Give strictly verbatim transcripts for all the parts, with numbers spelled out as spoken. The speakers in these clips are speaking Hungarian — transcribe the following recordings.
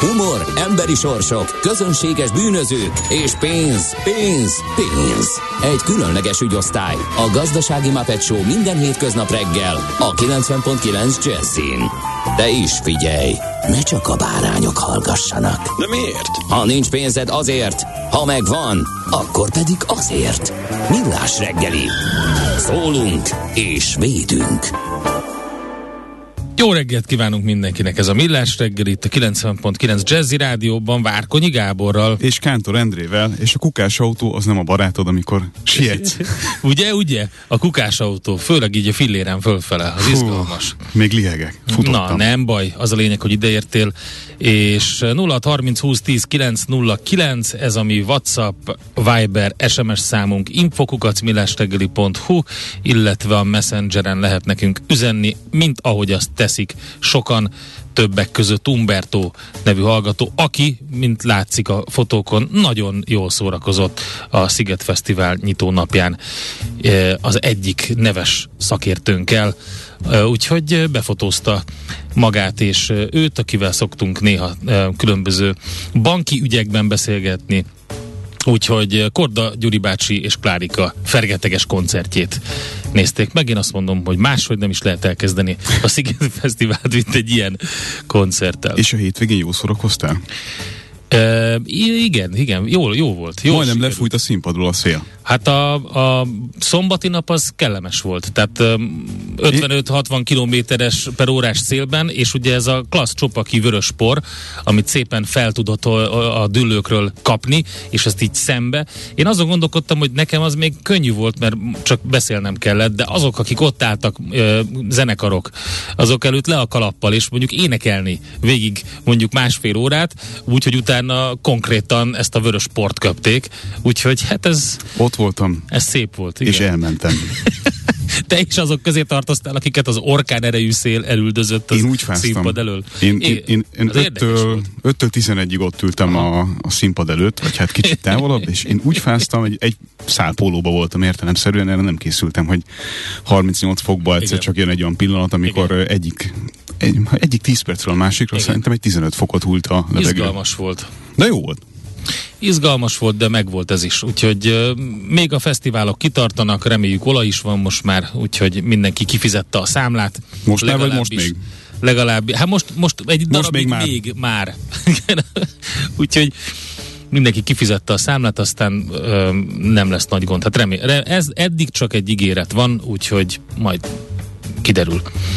Humor, emberi sorsok, közönséges bűnözők és pénz, pénz, pénz. Egy különleges ügyosztály, a Gazdasági Muppet Show minden hétköznap reggel a kilencven pont kilenc Jazzin. De is figyelj, ne csak a bárányok hallgassanak. De miért? Ha nincs pénzed, azért, ha megvan, akkor pedig azért. Millás reggeli. Szólunk és védünk. Jó reggelt kívánunk mindenkinek, ez a Millás reggel itt a kilencven pont kilenc Jazzy Rádióban Várkonyi Gáborral. És Kántor Endrével, és a kukásautó az nem a barátod, amikor sietsz. Ugye, ugye? A kukásautó, főleg így a filléren fölfele, az izgalmas. Hú, még lihegek, futottam. Na, nem baj, az a lényeg, hogy ideértél, és nulla hat harminc húsz tíz kilenc nulla kilenc, ez a mi WhatsApp, Viber, es em es számunk, infokukac millásreggeli pont hu, illetve a Messengeren lehet nekünk üzenni, mint ahogy azt teszik sokan, többek között Umberto nevű hallgató, aki, mint látszik a fotókon, nagyon jól szórakozott a Sziget Fesztivál nyitó napján az egyik neves szakértőnkkel, úgyhogy befotózta magát és őt, akivel szoktunk néha különböző banki ügyekben beszélgetni. Úgyhogy Korda Gyuri bácsi és Klárika fergeteges koncertjét nézték meg. Én azt mondom, hogy máshogy nem is lehet elkezdeni a Sziget Fesztivált, mint egy ilyen koncerttel. És a hétvégén jól szórakoztál? Uh, igen, igen, jó, jó volt. Jó Majdnem sikerült. Lefújt a színpadról a szél. Hát a, a szombati nap az kellemes volt, tehát um, ötvenöt-hatvan kilométeres per órás szélben, és ugye ez a klassz csopaki vörös por, amit szépen fel tudott a, a dűlőkről kapni, és ezt így szembe. Én azon gondolkodtam, hogy nekem az még könnyű volt, mert csak beszélnem kellett, de azok, akik ott álltak, ö, zenekarok, azok előtt le a kalappal, és mondjuk énekelni végig mondjuk másfél órát, úgyhogy utána konkrétan ezt a vörös port köpték, úgyhogy hát ez... Ott voltam. Ez szép volt, igen. És elmentem. Te is azok közé tartoztál, akiket az orkán erejű szél elüldözött az én úgy fáztam. Színpad elől. Én, én, én, én öttől tizenegyig ott ültem a, a színpad előtt, vagy hát kicsit távolabb, és én úgy fáztam, hogy egy szálpólóba voltam értelemszerűen, erre nem készültem, hogy harmincnyolc fokba egyszer csak jön egy olyan pillanat, amikor Igen. egyik egy, egyik tíz percről a másikra Igen. szerintem egy tizenöt fokot hult a levegő. Izgalmas volt. De jó volt. Izgalmas volt, de megvolt ez is. Úgyhogy uh, még a fesztiválok kitartanak, reméljük olaj is van most már, úgyhogy mindenki kifizette a számlát. Most már, vagy most még? Legalább, hát most, most egy most darabig még már. Még már. Úgyhogy mindenki kifizette a számlát, aztán ö, nem lesz nagy gond. Hát remé- ez eddig csak egy ígéret van, úgyhogy majd kiderül.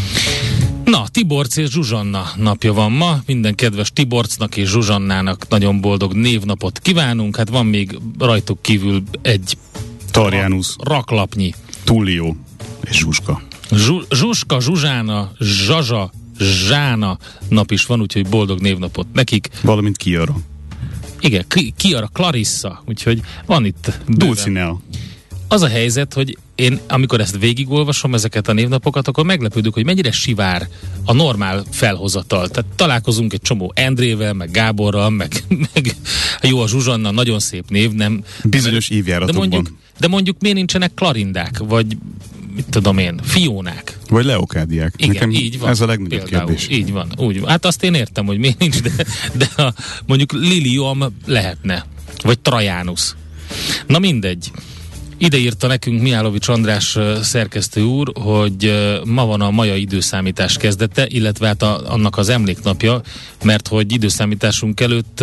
Na, Tiborc és Zsuzsanna napja van ma. Minden kedves Tiborcnak és Zsuzsannának nagyon boldog névnapot kívánunk. Hát van még rajtuk kívül egy Tarjánusz, raklapnyi. Tullió és Zsuska. Zsu- Zsuska, Zsuzsána, Zsazsa, Zsána nap is van, úgyhogy boldog névnapot nekik. Valamint Kiara. Igen, Ki- Kiara, Clarissa, úgyhogy van itt Dulcinea. Az a helyzet, hogy én, amikor ezt végigolvasom, ezeket a névnapokat, akkor meglepődök, hogy mennyire sivár a normál felhozatal. Tehát találkozunk egy csomó Endrével, meg Gáborral, meg, meg jó, a Zsuzsanna, nagyon szép név, nem... Bizonyos évjáratokban. De mondjuk, de mondjuk miért nincsenek Klarindák, vagy mit tudom én, Fiónák? Vagy Leokádiák. Igen, Nekem így van. Ez a legnagyobb Például, kérdés. Így van, úgy van. Hát azt én értem, hogy miért nincs, de, de a, mondjuk Lilium lehetne. Vagy Trajanus. Na mindegy. Ide írta nekünk Mihálovics András szerkesztő úr, hogy ma van a maja időszámítás kezdete, illetve hát a, annak az emléknapja, mert hogy időszámításunk előtt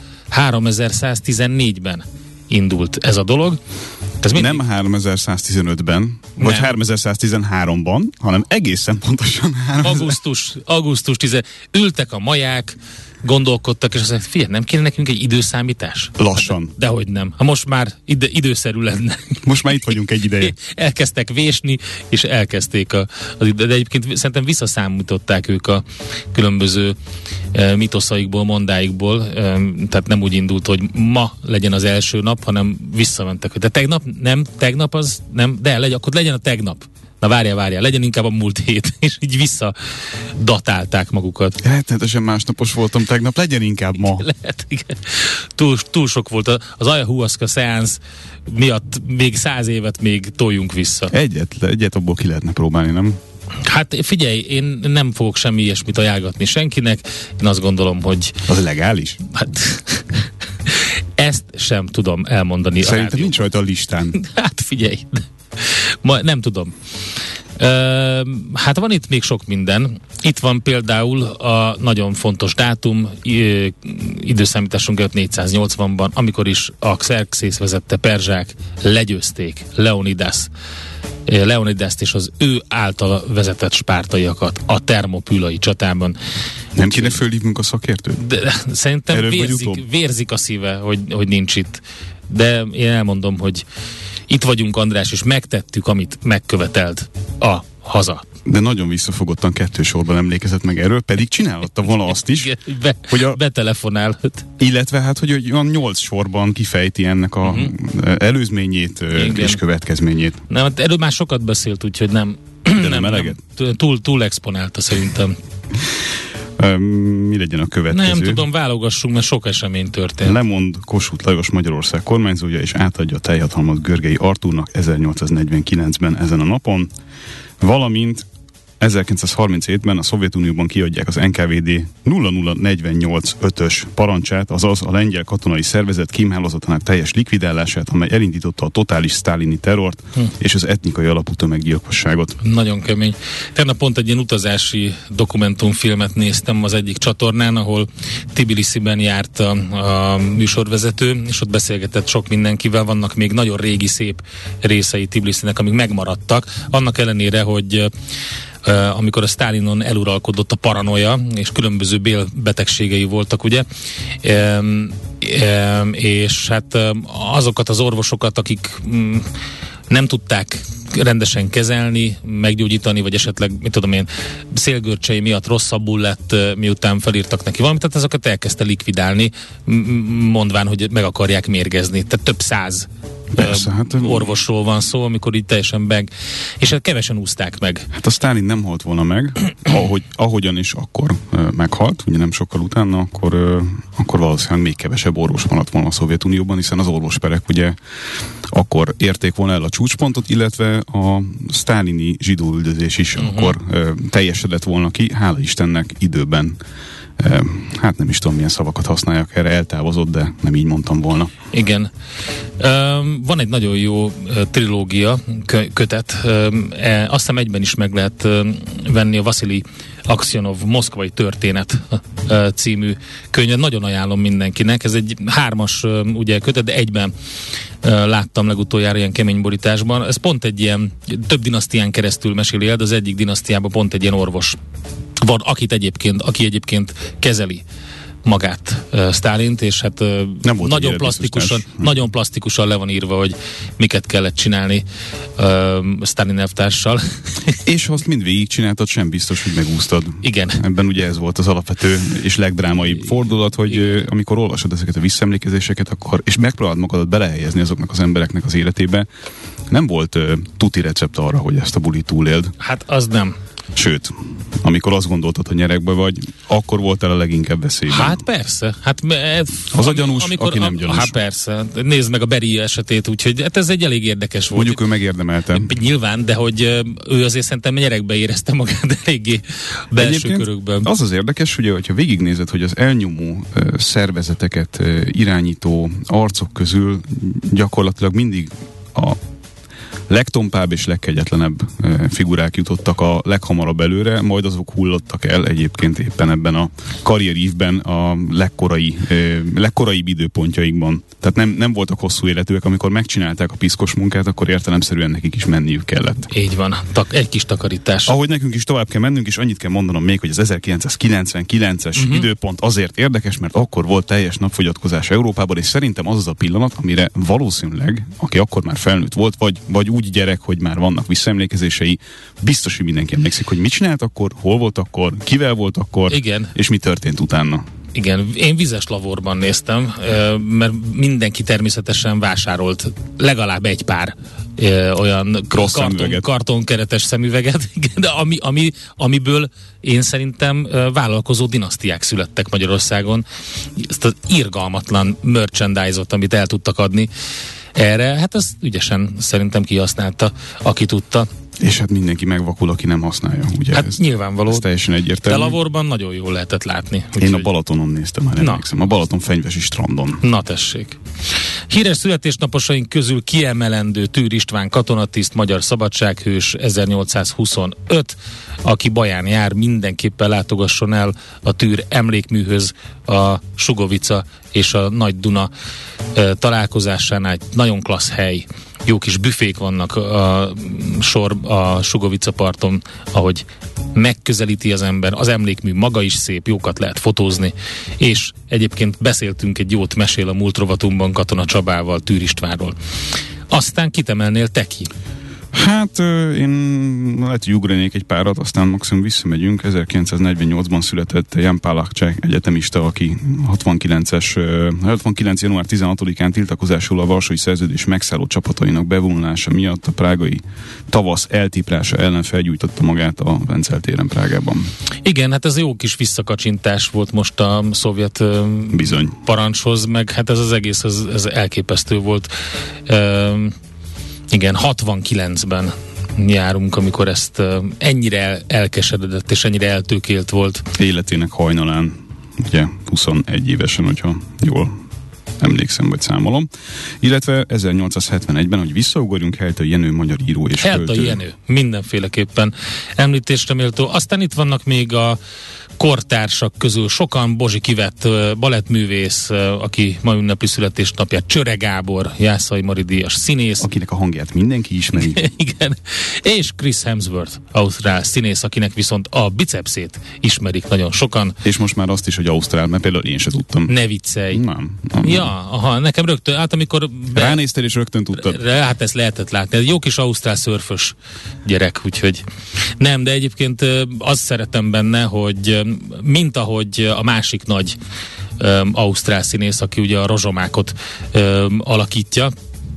háromezer-száztizennégyben indult ez a dolog. Ez mindig... Nem háromezer-száztizenötben, vagy nem. háromezer-száztizenháromban, hanem egészen pontosan háromezer... Augusztus, augusztus tíz. Ültek a maják, gondolkodtak, és azt mondják, figyelj, nem kéne nekünk egy időszámítás? Lassan. De, dehogy nem. Ha most már ide, időszerű lenne. Most már itt vagyunk egy ideje. Elkezdtek vésni, és elkezdték a, az ide, de egyébként szerintem visszaszámították ők a különböző e, mitoszaikból, mondáikból, e, tehát nem úgy indult, hogy ma legyen az első nap, hanem visszamentek, hogy de tegnap, nem, tegnap az, nem, de legyen, akkor legyen a tegnap. Na várjál, várjál, legyen inkább a múlt hét, és így visszadatálták magukat. Rettenetesen másnapos voltam tegnap, legyen inkább ma. Lehet, igen. Túl, túl sok volt. Az ayahuasca szeánsz miatt még száz évet még toljunk vissza. Egyet, egyet abból ki lehetne próbálni, nem? Hát figyelj, én nem fogok semmi ilyesmit ajánlgatni senkinek. Én azt gondolom, hogy... Az legális? Hát... Ezt sem tudom elmondani. Szerintem nincs rajta a listán. Hát figyelj, ma nem tudom. Uh, hát van itt még sok minden. Itt van például a nagyon fontos dátum, időszámításunk előtt négyszáznyolcvanban, amikor is a Xerxész vezette perzsák legyőzték Leonidas Leonidast és az ő által vezetett spártaiakat a termopülai csatában. Nem kéne fölhívnunk a szakértőt? De, szerintem vérzik, vérzik a szíve, hogy, hogy nincs itt. De én elmondom, hogy itt vagyunk, András, és megtettük, amit megkövetelt a haza. De nagyon visszafogottan kettő sorban emlékezett meg erről, pedig csinálhatta volna azt is, Be, hogy a, betelefonálhat. Illetve hát, hogy olyan nyolc sorban kifejti ennek a uh-huh. előzményét Igen. és következményét. Nem, hát erről már sokat beszélt, úgyhogy nem, De nem, nem eleget? Nem, túl, túl exponálta szerintem. Mi legyen a következő? Nem tudom, válogassunk, mert sok esemény történt. Lemond Kossuth Lajos Magyarország kormányzója, és átadja a teljhatalmat Görgei Artúrnak ezernyolcszáznegyvenkilencben ezen a napon, valamint ezerkilencszázharminchétben a Szovjetunióban kiadják az en ká vé dé nulla nulla negyvennyolc ötös parancsát, azaz a lengyel katonai szervezet kémhálózatának teljes likvidálását, amely elindította a totális sztálini terrort hm. és az etnikai alapú tömeggyilkosságot. Nagyon kemény. Tegnap pont egy ilyen utazási dokumentumfilmet néztem az egyik csatornán, ahol Tbilisziben járt a, a műsorvezető, és ott beszélgetett sok mindenkivel. Vannak még nagyon régi szép részei Tbilisinek, amik megmaradtak, annak ellenére, hogy Uh, amikor a Sztálinon eluralkodott a paranoia, és különböző bélbetegségei voltak, ugye, um, um, és hát um, azokat az orvosokat, akik um, nem tudták rendesen kezelni, meggyógyítani, vagy esetleg, mit tudom én, szélgörcsei miatt rosszabbul lett, miután felírtak neki valamit, tehát azokat elkezdte likvidálni, mondván, hogy meg akarják mérgezni. Tehát több száz Persze, hát, orvosról van szó, amikor így teljesen meg, és hát kevesen úszták meg. Hát a Sztálin nem halt volna meg, ahogy, ahogyan is akkor uh, meghalt, ugye nem sokkal utána, akkor, uh, akkor valószínűleg még kevesebb orvos maradt volna a Szovjetunióban, hiszen az orvosperek ugye akkor érték volna el a csúcspontot, illetve a sztálini zsidóüldözés is uh-huh. akkor uh, teljesedett volna ki, hála Istennek időben. Hát nem is tudom, milyen szavakat használjak erre, eltávozott, de nem így mondtam volna. Igen. Van egy nagyon jó trilógia, kötet, azt hiszem egyben is meg lehet venni, a Vaszili Aksionov Moszkvai történet című könyvet. Nagyon ajánlom mindenkinek. Ez egy hármas ugye kötet, de egyben láttam legutoljára ilyen kemény borításban. Ez pont egy ilyen, több dinasztián keresztül meséli el, de az egyik dinasztiában pont egy ilyen orvos van, akit egyébként, aki egyébként kezeli magát uh, Sztálint, és hát uh, nagyon plastikusan, nagyon plastikusan le van írva, hogy miket kellett csinálni uh, Sztálin elvtárssal. És ha azt mind végigcsináltad, sem biztos, hogy megúsztad. Igen. Ebben ugye ez volt az alapvető és legdrámaibb fordulat, hogy uh, amikor olvasod ezeket a visszaemlékezéseket, akkor, és megpróbálod magadat belehelyezni azoknak az embereknek az életébe, nem volt uh, tuti recept arra, hogy ezt a bulit túléld. Hát az nem. Sőt, amikor azt gondoltad, hogy nyerekbe vagy, akkor voltál a leginkább veszélyben. Hát persze. Hát, ez, az a gyanús, amikor, aki nem gyanús. Hát persze. Nézd meg a Beria esetét, úgyhogy hát ez egy elég érdekes volt. Mondjuk ő megérdemelte. Nyilván, de hogy ő azért szerintem nyerekbe érezte magát eléggé belső Egyébként körökben. Az az érdekes, ugye, hogyha végignézed, hogy az elnyomó uh, szervezeteket uh, irányító arcok közül gyakorlatilag mindig a legtompább és legkegyetlenebb e, figurák jutottak a leghamarabb előre, majd azok hullottak el egyébként éppen ebben a karrierívben a legkorai, e, legkoraibb időpontjaikban. Tehát nem, nem voltak hosszú életűek, amikor megcsinálták a piszkos munkát, akkor értelemszerűen nekik is menniük kellett. Így van, tak, egy kis takarítás. Ahogy nekünk is tovább kell mennünk, és annyit kell mondanom még, hogy az ezerkilencszázkilencvenkilences uh-huh. időpont azért érdekes, mert akkor volt teljes napfogyatkozás Európában, és szerintem az az a pillanat, amire valószínűleg, aki akkor már felnőtt volt, vagy, vagy úgy gyerek, hogy már vannak visszaemlékezései, biztos, hogy mindenki emlékszik, hogy mit csinált akkor, hol volt akkor, kivel volt akkor, Igen. és mi történt utána. Igen, én vizes lavorban néztem, mert mindenki természetesen vásárolt legalább egy pár olyan karton, kartonkeretes szemüveget, de ami, ami, amiből én szerintem vállalkozó dinasztiák születtek Magyarországon. Ezt az irgalmatlan merchandise-ot, amit el tudtak adni erre, hát az ügyesen szerintem kihasználta, aki tudta. És hát mindenki megvakul, aki nem használja. Ugye hát ez, nyilvánvaló. Ez teljesen egyértelmű. Telavorban nagyon jól lehetett látni. Én a Balatonon néztem, már emlékszem. A Balaton fenyvesi strandon. Na tessék. Híres születésnaposaink közül kiemelendő Tűr István katonatiszt, magyar szabadsághős, ezernyolcszázhuszonöt, aki Baján jár, mindenképpen látogasson el a Tűr emlékműhöz, a Sugovica és a Nagy Duna e, találkozásánál. Egy nagyon klassz hely. Jó kis büfék vannak a sor a Sugovica parton, ahogy megközelíti az ember. Az emlékmű maga is szép, jókat lehet fotózni, és egyébként beszéltünk egy jót, mesél a múlt rovatunkban Katona Csabával Tűr Istvánról. Aztán kit emelnél te ki? Hát én lehet, hogy ugranék egy párat, aztán maximum visszamegyünk. ezerkilencszáznegyvennyolcban született Jan Palachcsák egyetemista, aki hatvankilences, hatvankilenc január tizenhatodikán tiltakozásul a Varsói Szerződés megszálló csapatainak bevonulása miatt a prágai tavasz eltiprása ellen felgyújtotta magát a Vencel téren Prágában. Igen, hát ez jó kis visszakacsintás volt most a szovjet Bizony. parancshoz, meg hát ez az egész, ez, ez elképesztő volt. Um, Igen, hatvankilencben járunk, amikor ezt uh, ennyire el, elkeseredett és ennyire eltökélt volt. Életének hajnalán, ugye huszonegy évesen, hogyha jól emlékszem, vagy számolom. Illetve ezernyolcszázhetvenegyben, hogy visszaugorjunk, Heltai Jenő, magyar író és költő. Heltai Jenő, mindenféleképpen említésre méltó. Aztán itt vannak még a kortársak közül sokan, Bozsi Kivett, balettművész, aki ma ünnepli születésnapját, Csöre Gábor, Jászai Mari díjas színész. Akinek a hangját mindenki ismeri. Igen. És Chris Hemsworth, ausztrál színész, akinek viszont a bicepszét ismerik nagyon sokan. És most már azt is, hogy ausztrál, mert például én se tudtam. Ne viccelj. Nem. nem ja, aha, nekem rögtön, hát amikor... Be... Ránéztél és rögtön tudtad. Re, hát ezt lehetett látni. Ez jó kis ausztrál szörfös gyerek, úgyhogy nem, de egyébként azt szeretem benne, hogy mint ahogy a másik nagy um, ausztrál színész, aki ugye a rozsomákot um, alakítja,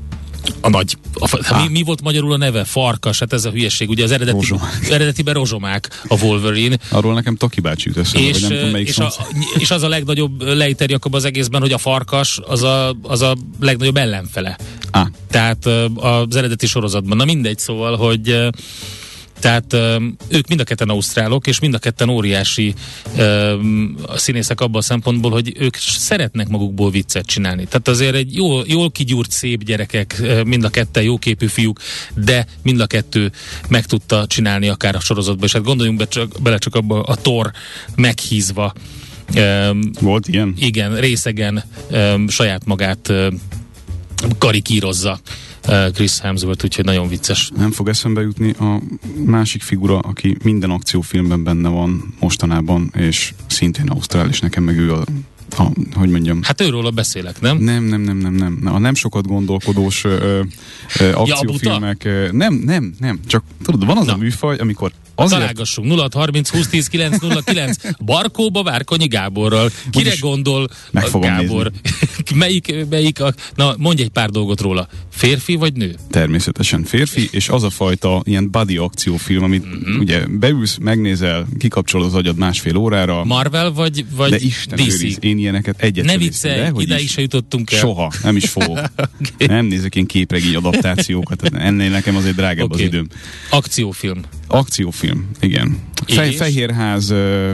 a nagy, a, mi, mi volt magyarul a neve? Farkas, hát ez a hülyeség, ugye az eredeti, eredetiben rozsomák a Wolverine. Arról nekem Taki bácsi jut eszembe, és, nem tudom, melyik és, a, és az a legnagyobb lejter Jakab az egészben, hogy a farkas az a, az a legnagyobb ellenfele. Ah. Tehát az eredeti sorozatban. Na mindegy, szóval, hogy tehát ők mind a ketten ausztrálok, és mind a ketten óriási um, színészek abban a szempontból, hogy ők szeretnek magukból viccet csinálni. Tehát azért egy jól, jól kigyúrt, szép gyerekek, mind a ketten jóképű fiúk, de mind a kettő meg tudta csinálni akár a sorozatban, és hát gondoljunk be csak, bele csak abba a Thor meghízva. Um, Volt ilyen? Igen, részegen um, saját magát um, karikírozza Chris Hemsworth, úgyhogy nagyon vicces. Nem fog eszembe jutni a másik figura, aki minden akciófilmben benne van mostanában, és szintén ausztrál, és nekem meg ő a, a hogy mondjam... Hát őről beszélek, nem? Nem, nem, nem, nem, nem. A nem sokat gondolkodós ö, ö, akciófilmek... Ja, nem, nem, nem. Csak tudod, van az Na. a műfaj, amikor azért... Találgassunk. nulla harminc húsz tíz kilenc nulla kilenc Barkóba Várkonyi Gáborral. Kire gondol Gábor? melyik, melyik a... Na, mondj egy pár dolgot róla. Férfi vagy nő? Természetesen férfi, és az a fajta ilyen body akciófilm, amit mm-hmm. ugye beülsz, megnézel, kikapcsolod az agyad másfél órára. Marvel vagy, vagy de Isten dé cé? Őriz, én ilyeneket egyet ne viccelj, ide is jutottunk el. Soha, nem is fogok. Okay. Nem nézek én képregény adaptációkat, ennél nekem azért drágább okay. az időm. Akciófilm. Akciófilm, igen. Fe- Fehérház uh,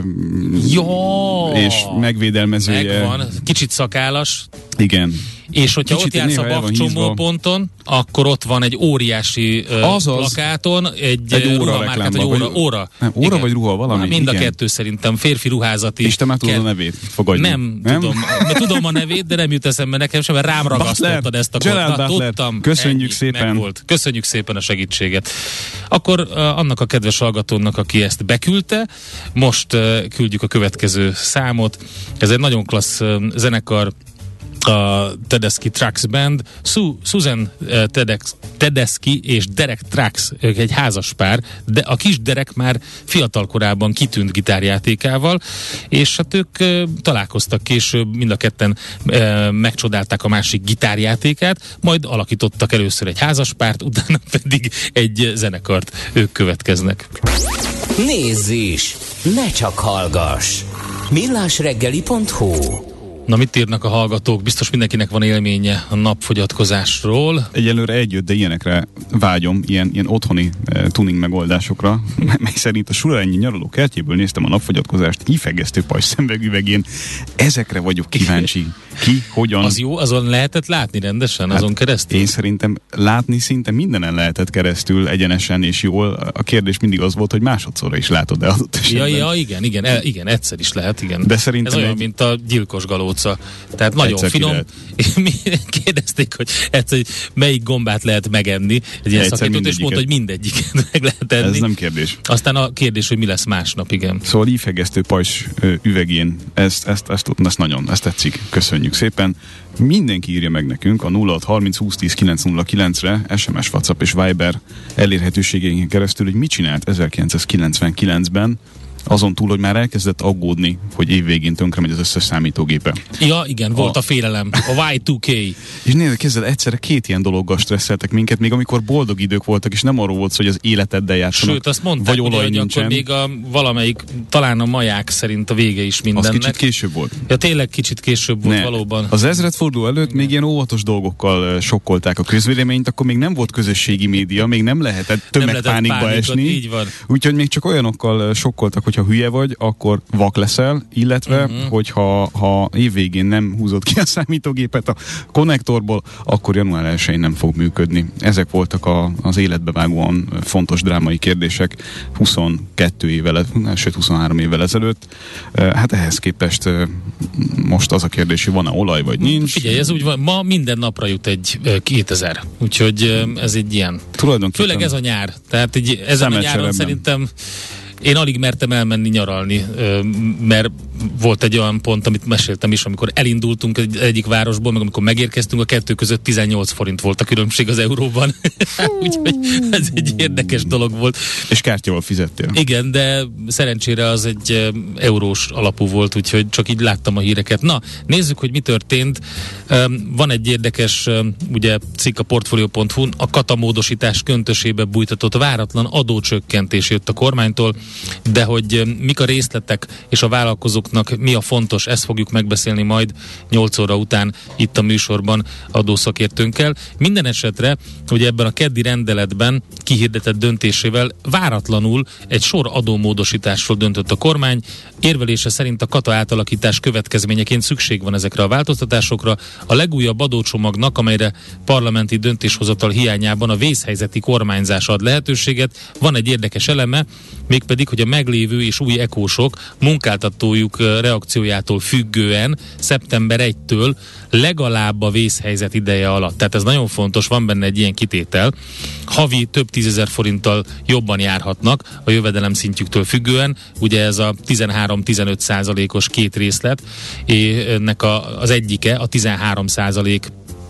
és megvédelmezője. Megvan, kicsit szakállas. Igen. És hogyha kicsit ott jársz a bakcsomóponton, akkor ott van egy óriási uh, plakáton, egy, egy óra reklámban, egy óra, óra. Nem, óra igen. vagy ruha, valami. Na, mind a kettő szerintem, férfi ruházati. És te már tudod a nevét, fogadj. Nem, nem, tudom. Tudom a nevét, de nem jut eszembe nekem sem, mert rám ragasztottad ezt a kort. Tudtam. Köszönjük ennyi, szépen. Megvolt. Köszönjük szépen a segítséget. Akkor uh, annak a kedves hallgatónak, aki ezt beküldte, most uh, küldjük a következő számot. Ez egy nagyon klassz uh, zenekar, a Tedeschi Trucks Band. Su- Susan uh, Tedex, Tedeschi és Derek Trucks, ők egy házas pár, de a kis Derek már fiatal korában kitűnt gitárjátékával, és hát ők uh, találkoztak később, mind a ketten uh, megcsodálták a másik gitárjátékát, majd alakítottak először egy házas párt, utána pedig egy zenekart. Ők következnek. Nézz is! Ne csak hallgass! millásreggeli pont hu Na, mit írnak a hallgatók? Biztos mindenkinek van élménye a napfogyatkozásról. Egyelőre együtt, de ilyenekre vágyom, ilyen, ilyen otthoni e, tuning megoldásokra, mely szerint a Surányi nyaraló kertjéből néztem a napfogyatkozást ifegesztő pajzs szemüvegüvegén. Ezekre vagyok kíváncsi. Ki, hogyan... Az jó, azon lehetett látni rendesen, hát azon keresztül? Én szerintem látni szinte mindenen lehetett keresztül, egyenesen és jól. A kérdés mindig az volt, hogy másodszorra is látod-e adott esetben. Ja, ja, igen, igen, el, igen, egyszer is lehet, igen. De szerintem ez olyan, egy... mint a gyilkos galóca. Tehát nagyon egyszer finom. Mi kérdezték, hogy egyszer, hogy melyik gombát lehet megenni, egy ilyen szakítót, és mondta, hogy mindegyiket meg lehet enni. Ez nem kérdés. Aztán a kérdés, hogy mi lesz másnap, igen. Szóval ifegesztő pajzs üvegén, ezt, ezt, ezt, ezt nagyon, ezt tetszik. Köszönjük szépen. Mindenki írja meg nekünk a nulla hat harminc húsz tíz kilenc nulla kilencre es em es, WhatsApp és Viber elérhetőségeinken keresztül, hogy mit csinált ezerkilencszázkilencvenkilencben, azon túl, hogy már elkezdett aggódni, hogy évvégén tönkre megy az összes számítógépe. Ja, igen, volt a, a félelem, a vé kettő ká. És nézd, kezded, egyszerre két ilyen dologgal stresszeltek minket, még amikor boldog idők voltak, és nem arról volt szó, hogy az életeddel játszanak. Sőt, azt mondták, vagy olaj hogy nincsen. Akkor még a valamelyik, talán a maják szerint a vége is mindennek. Az kicsit később volt. Ja, tényleg kicsit később volt, ne. valóban. Az ezredforduló előtt még ilyen óvatos dolgokkal sokkolták a közvéleményt, akkor még nem volt közösségi média, még nem lehetett tömegpánikba esni. Így van. Úgyhogy még csak olyanokkal sokkoltak, hogyha hülye vagy, akkor vak leszel, illetve, uh-huh. hogyha ha évvégén nem húzod ki a számítógépet a konnektorból, akkor január elsején nem fog működni. Ezek voltak a, az életbevágóan fontos drámai kérdések huszonkettő évvel, sőt huszonhárom évvel ezelőtt. Hát ehhez képest most az a kérdés, hogy van-e olaj, vagy nincs. Figyelj, ez úgy van, ma minden napra jut egy kétezer, úgyhogy ez egy ilyen. Főleg ez a nyár. Tehát egy, ezen a nyáron szerintem én alig mertem elmenni nyaralni, mert volt egy olyan pont, amit meséltem is, amikor elindultunk egy, egyik városból, meg amikor megérkeztünk, a kettő között tizennyolc forint volt a különbség az euróban. Úgyhogy ez egy érdekes dolog volt. És kártyával fizettél. Igen, de szerencsére az egy eurós alapú volt, úgyhogy csak így láttam a híreket. Na, nézzük, hogy mi történt. Van egy érdekes ugye cikk a portfolio pont hu-n, a katamódosítás köntösébe bújtatott váratlan adócsökkentés jött a kormánytól, de hogy mik a részletek és a vállalkozóknak mi a fontos, ezt fogjuk megbeszélni majd nyolc óra után itt a műsorban adószakértőnkkel. Minden esetre, hogy ebben a keddi rendeletben kihirdetett döntésével váratlanul egy sor adómódosításról döntött a kormány. Érvelése szerint a kata átalakítás következményeként szükség van ezekre a változtatásokra. A legújabb adócsomagnak, amelyre parlamenti döntéshozatal hiányában a vészhelyzeti kormányzás ad lehetőséget, van egy érdekes eleme, mégpedig, hogy a meglévő és új ekósok munkáltatójuk reakciójától függően szeptember elsejétől legalább a vészhelyzet ideje alatt. Tehát ez nagyon fontos, van benne egy ilyen kitétel. Havi több tízezer forinttal jobban járhatnak a jövedelem szintjüktől függően. Ugye ez a tizenhárom-tizenöt százalékos két részlet, és ennek a, az egyike a tizenhárom százalék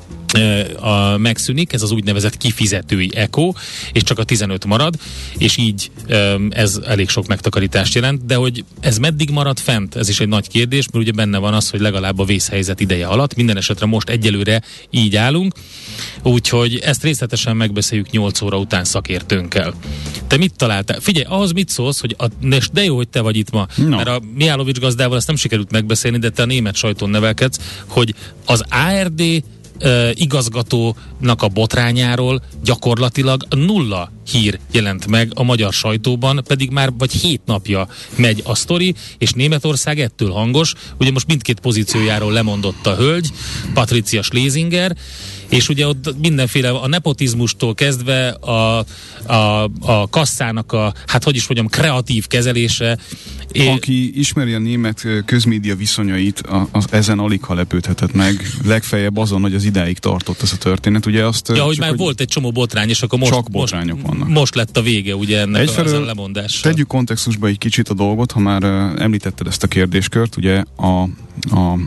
A, megszűnik, ez az úgynevezett kifizetői ECO, és csak a tizenöt marad, és így ez elég sok megtakarítást jelent, de hogy ez meddig marad fent, ez is egy nagy kérdés, mert ugye benne van az, hogy legalább a vészhelyzet ideje alatt, minden esetre most egyelőre így állunk, úgyhogy ezt részletesen megbeszéljük nyolc óra után szakértőnkkel. Te mit találtál? Figyelj, ahhoz mit szólsz, hogy a, de jó, hogy te vagy itt ma, no. mert a Mihálovics gazdával ezt nem sikerült megbeszélni, de te a német sajtón nevelkedsz, hogy az á er dé Uh, igazgatónak a botrányáról gyakorlatilag nulla hír jelent meg a magyar sajtóban, pedig már vagy hét napja megy a sztori, és Németország ettől hangos. Ugye most mindkét pozíciójáról lemondott a hölgy, Patricia Schlesinger, és ugye ott mindenféle a nepotizmustól kezdve a, a, a kasszának a, hát hogy is mondjam, kreatív kezelése. Aki ismeri a német közmédia viszonyait, az ezen alig ha lepődhetett meg. Legfeljebb azon, hogy az idáig tartott ez a történet. Ugye azt, ja, hogy már hogy volt egy csomó botrány, és akkor most, csak botrányok most, vannak. Most lett a vége ugye ennek Egyfelől a lemondással. Tegyük kontextusba egy kicsit a dolgot, ha már uh, említetted ezt a kérdéskört, ugye a, a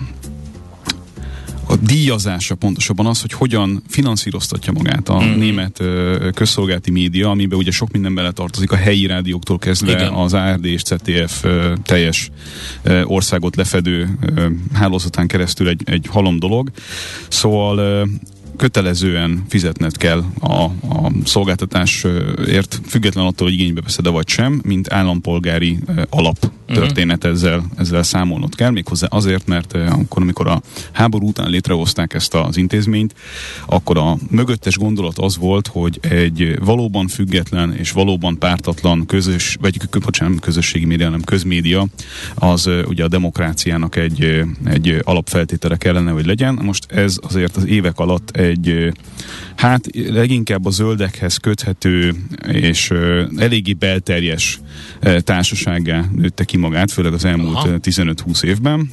a díjazása pontosabban az, hogy hogyan finanszíroztatja magát a mm. német uh, közszolgálati média, amiben ugye sok minden bele tartozik, a helyi rádióktól kezdve igen. az á er dé és cé té ef uh, teljes uh, országot lefedő uh, hálózatán keresztül egy, egy halom dolog. Szóval uh, kötelezően fizetned kell a, a szolgáltatásért, független attól, hogy igénybe veszed vagy sem, mint állampolgári uh, alap történet, ezzel, ezzel számolnod kell, méghozzá azért, mert akkor, amikor a háború után létrehozták ezt az intézményt, akkor a mögöttes gondolat az volt, hogy egy valóban független és valóban pártatlan közös, vagy bocsánat, közösségi média, hanem közmédia, az ugye a demokráciának egy, egy alapfeltétele kellene, hogy legyen. Most ez azért az évek alatt egy, hát leginkább a zöldekhez köthető és eléggý belterjes társasággá nőtte ki magát, főleg az elmúlt Aha. tizenöt-húsz évben,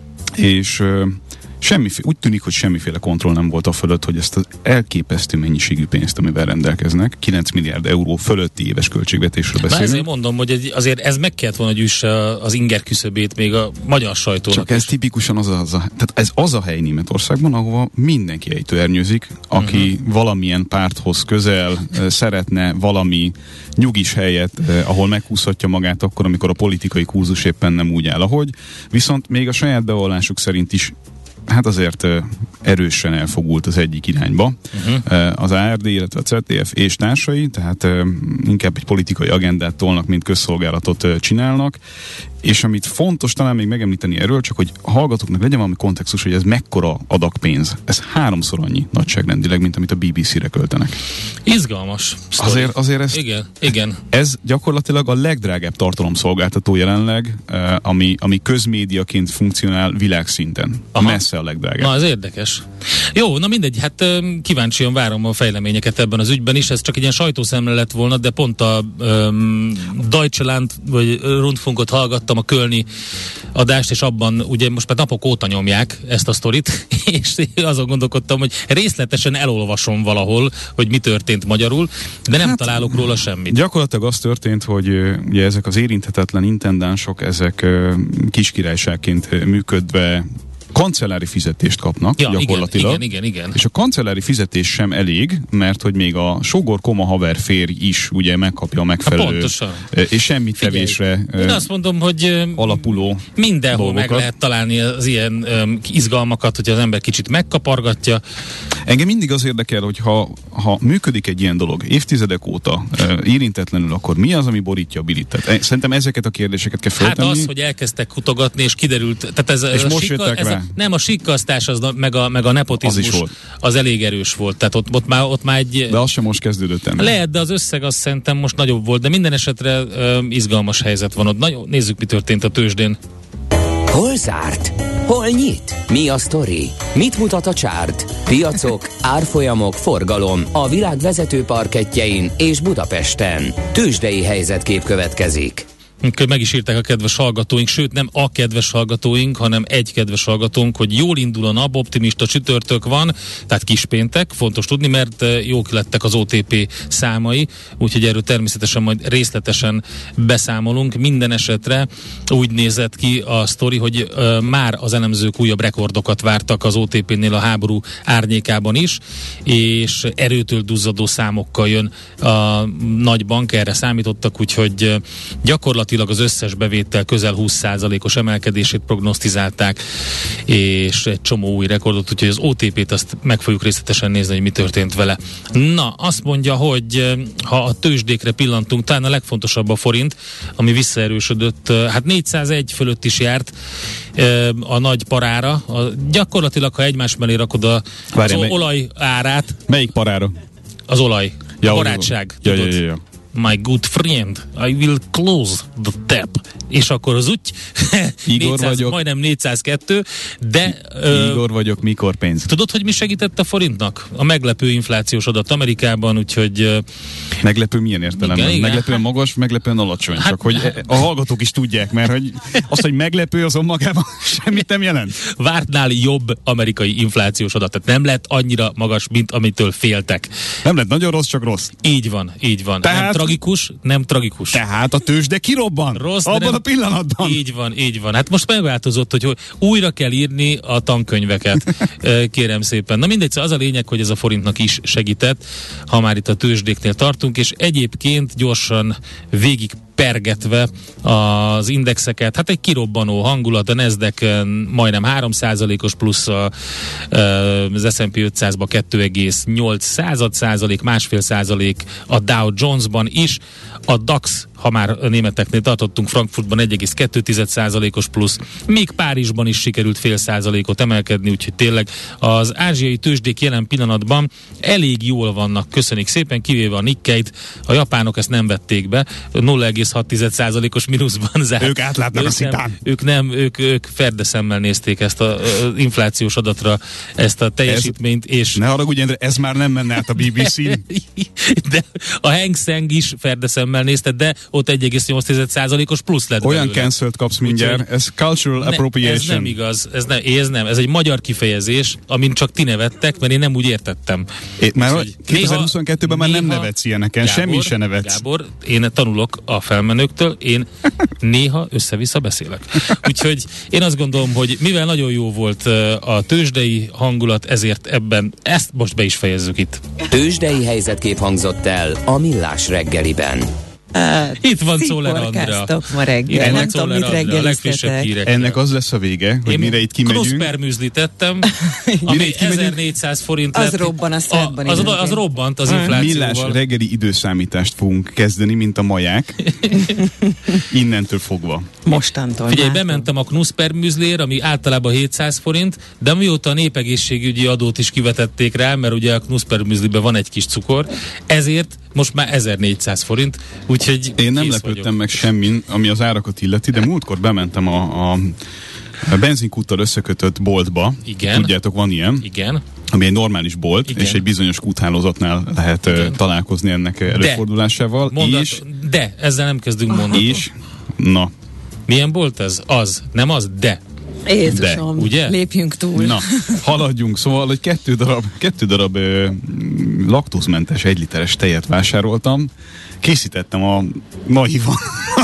és semmiféle, úgy tűnik, hogy semmiféle kontroll nem volt a fölött, hogy ezt az elképesztő mennyiségű pénzt, amivel rendelkeznek, kilenc milliárd euró fölötti éves költségvetésről beszélünk. Ezért mondom, hogy azért ez meg kellett volna, hogy üsse az inger küszöbét még a magyar sajtónak. Csak ez is. Tipikusan az a, az a, tehát ez az a hely Németországban, ahova mindenki ejtőernyőzik, aki uh-huh. valamilyen párthoz közel szeretne valami nyugis helyet, eh, ahol meghúzhatja magát akkor, amikor a politikai kurzus éppen nem úgy áll, ahogy. Viszont még a saját bevallásuk szerint is hát azért uh, erősen elfogult az egyik irányba. Uh-huh. Uh, az á er dé, illetve a cé té ef és társai, tehát uh, inkább egy politikai agendát tolnak, mint közszolgálatot uh, csinálnak. És amit fontos talán még megemlíteni erről, csak hogy a hallgatóknak legyen valami kontextus, hogy ez mekkora adagpénz. Ez háromszor annyi nagyságrendileg, mint amit a bé bé cére költenek. Izgalmas. Azért, azért ez, igen, igen. ez gyakorlatilag a legdrágább tartalomszolgáltató jelenleg, ami, ami közmédiaként funkcionál világszinten. Aha. Messze a legdrágább. Na, ez érdekes. Jó, na mindegy, hát kíváncsian várom a fejleményeket ebben az ügyben is. Ez csak egy ilyen sajtószemle lett volna, de pont a um, Deutschland vagy Rundfunkot hallgattam, a kölni adást, és abban ugye most már napok óta nyomják ezt a sztorit, és azon gondolkodtam, hogy részletesen elolvasom valahol, hogy mi történt magyarul, de nem hát, találok róla semmit. Gyakorlatilag az történt, hogy ugye ezek az érinthetetlen intendánsok, ezek kiskirályságként működve kancellári fizetést kapnak, ja, gyakorlatilag. Igen, igen, igen, igen. És a kancellári fizetés sem elég, mert hogy még a sógor, koma, haver, férj is ugye megkapja a megfelelő, és semmi tevésre Én azt mondom, hogy alapuló mindenhol dolgokat. Meg lehet találni az ilyen um, izgalmakat, hogy az ember kicsit megkapargatja. Engem mindig az érdekel, hogy ha, ha működik egy ilyen dolog évtizedek óta uh, érintetlenül, akkor mi az, ami borítja a bilitet? Szerintem ezeket a kérdéseket kell föltenni. Hát az, hogy elkezdtek kutogatni, és kiderült, tehát ez, és ez most a sikka, jöttek ez rá. A, nem, a sikkasztás, az, meg, a, meg a nepotizmus az, az elég erős volt. Tehát ott, ott, már, ott már egy... De az sem most kezdődött ennek. Lehet, de az összeg azt szerintem most nagyobb volt, de minden esetre uh, izgalmas helyzet van ott. Na jó, nézzük, mi történt a tőzsdén. Hol zárt? Hol nyit? Mi a sztori? Mit mutat a csárt? Piacok, árfolyamok, forgalom a világ vezető parkettjein és Budapesten. Tőzsdei helyzetkép következik. Meg is írták a kedves hallgatóink, sőt nem a kedves hallgatóink, hanem egy kedves hallgatónk, hogy jól indul a nap, optimista csütörtök van, tehát kispéntek, fontos tudni, mert jók lettek az o té pé számai, úgyhogy erről természetesen majd részletesen beszámolunk. Minden esetre úgy nézett ki a sztori, hogy uh, már az elemzők újabb rekordokat vártak az o té pénél a háború árnyékában is, és erőtől duzzadó számokkal jön a nagy bank, erre számítottak, úgyhogy uh, gyakorlatilag az összes bevétel közel húsz százalékos emelkedését prognosztizálták, és egy csomó új rekordot, úgyhogy az o té pét azt meg fogjuk részletesen nézni, hogy mi történt vele. Na, azt mondja, hogy ha a tőzsdékre pillantunk, talán a legfontosabb a forint, ami visszaerősödött, hát négyszázegy fölött is járt a nagy parára. A, gyakorlatilag, ha egymás mellé rakod a, az mely... olaj árát. Melyik parára? Az olaj. Ja, a barátság. Ja, ja, ja, ja. My good friend, I will close the tap. És akkor az úgy négyszáz, majdnem négyszázkettő, de... Igor uh, vagyok, mikor pénz? Tudod, hogy mi segített a forintnak? A meglepő inflációs adat Amerikában, úgyhogy... Uh, meglepő milyen értelemben? Igen, meglepően igen. Magas, meglepően alacsony. Hát, Csak hogy hát, a hallgatók is tudják, mert hogy az, hogy meglepő, azon magában semmit nem jelent. Vártnál jobb amerikai inflációs adat. Tehát nem lett annyira magas, mint amitől féltek. Nem lett nagyon rossz, csak rossz. Így van, így van. Tehát, nem tragikus, nem tragikus. Tehát a tőzsde kirobban. Rossz, abban a pillanatban. Így van, így van. Hát most megváltozott, hogy újra kell írni a tankönyveket. Kérem szépen. Na mindegy, az a lényeg, hogy ez a forintnak is segített, ha már itt a tőzsdéknél tartunk, és egyébként gyorsan végig pergetve az indexeket, hát egy kirobbanó hangulat, a Nasdaq majdnem három százalékos plusz, a, az es and pé ötszázba kettő egész nyolc százalék, másfél százalék a Dow Jonesban is, a DAX ha már németeknél tartottunk, Frankfurtban egy egész kettő százalékos plusz, még Párizsban is sikerült fél százalékot emelkedni, úgyhogy tényleg az ázsiai tőzsdék jelen pillanatban elég jól vannak, köszönjük szépen, kivéve a Nikkeit, a japánok ezt nem vették be, nulla egész hat százalékos mínuszban zárt. Ők átlátnak ők a szitán. Nem, ők nem, ők, ők ferdeszemmel nézték ezt a, a inflációs adatra, ezt a teljesítményt, ez, és... Ne haragudj, Endre, ez már nem menne át a bé bé cén. De a Hang Seng is ferdeszemmel nézte, de ott egy egész nyolc százalékos plusz lett olyan belőle. cancelt kapsz mindjárt, úgy, ez cultural ne, appropriation. Ez nem igaz, ez, ne, ez nem, ez egy magyar kifejezés, amin csak ti nevettek, mert én nem úgy értettem. É, már kétezer-huszonkettőben már nem nevetsz ilyeneken, Gábor, semmi se nevetsz. Gábor, én tanulok a felmenőktől, én néha össze-vissza beszélek. Úgyhogy én azt gondolom, hogy mivel nagyon jó volt a tőzsdei hangulat, ezért ebben ezt most be is fejezzük itt. Tőzsdei helyzetkép hangzott el a Millás reggeliben. Hát, itt van Czoller Andrea. ma reggel. Nem tudom, mit reggeliztetek. Ennek az lesz a vége, hogy én mire itt kimegyünk. Knuszpermüzlit tettem, ami ezernégyszáz forint lett. Az robban a szádban. Az, az, az robbant az inflációval. Millás reggeli időszámítást fogunk kezdeni, mint a maják. Innentől fogva. Mostantól. Figyelj, bementem a Knuszpermüzlér, ami általában hétszáz forint, de mióta a népegészségügyi adót is kivetették rá, mert ugye a Knuszpermüzliben van egy kis cukor, ezért most már ezernégyszáz forint, úgyhogy én nem lepődtem vagyok. meg semmin, ami az árakat illeti, de múltkor bementem a, a, a benzinkúttal összekötött boltba. Igen. Tudjátok, van ilyen. Igen. Ami egy normális bolt, igen. és egy bizonyos kúthálózatnál lehet igen. találkozni ennek előfordulásával. Mondat, és, de, ezzel nem kezdünk mondatot. És, na. Milyen bolt ez? Az, nem az, de. Jézusom, de, ugye? Lépjünk túl. Na, haladjunk. Szóval, hogy kettő darab, kettő darab ö, laktózmentes egy literes tejet vásároltam. Készítettem a naivan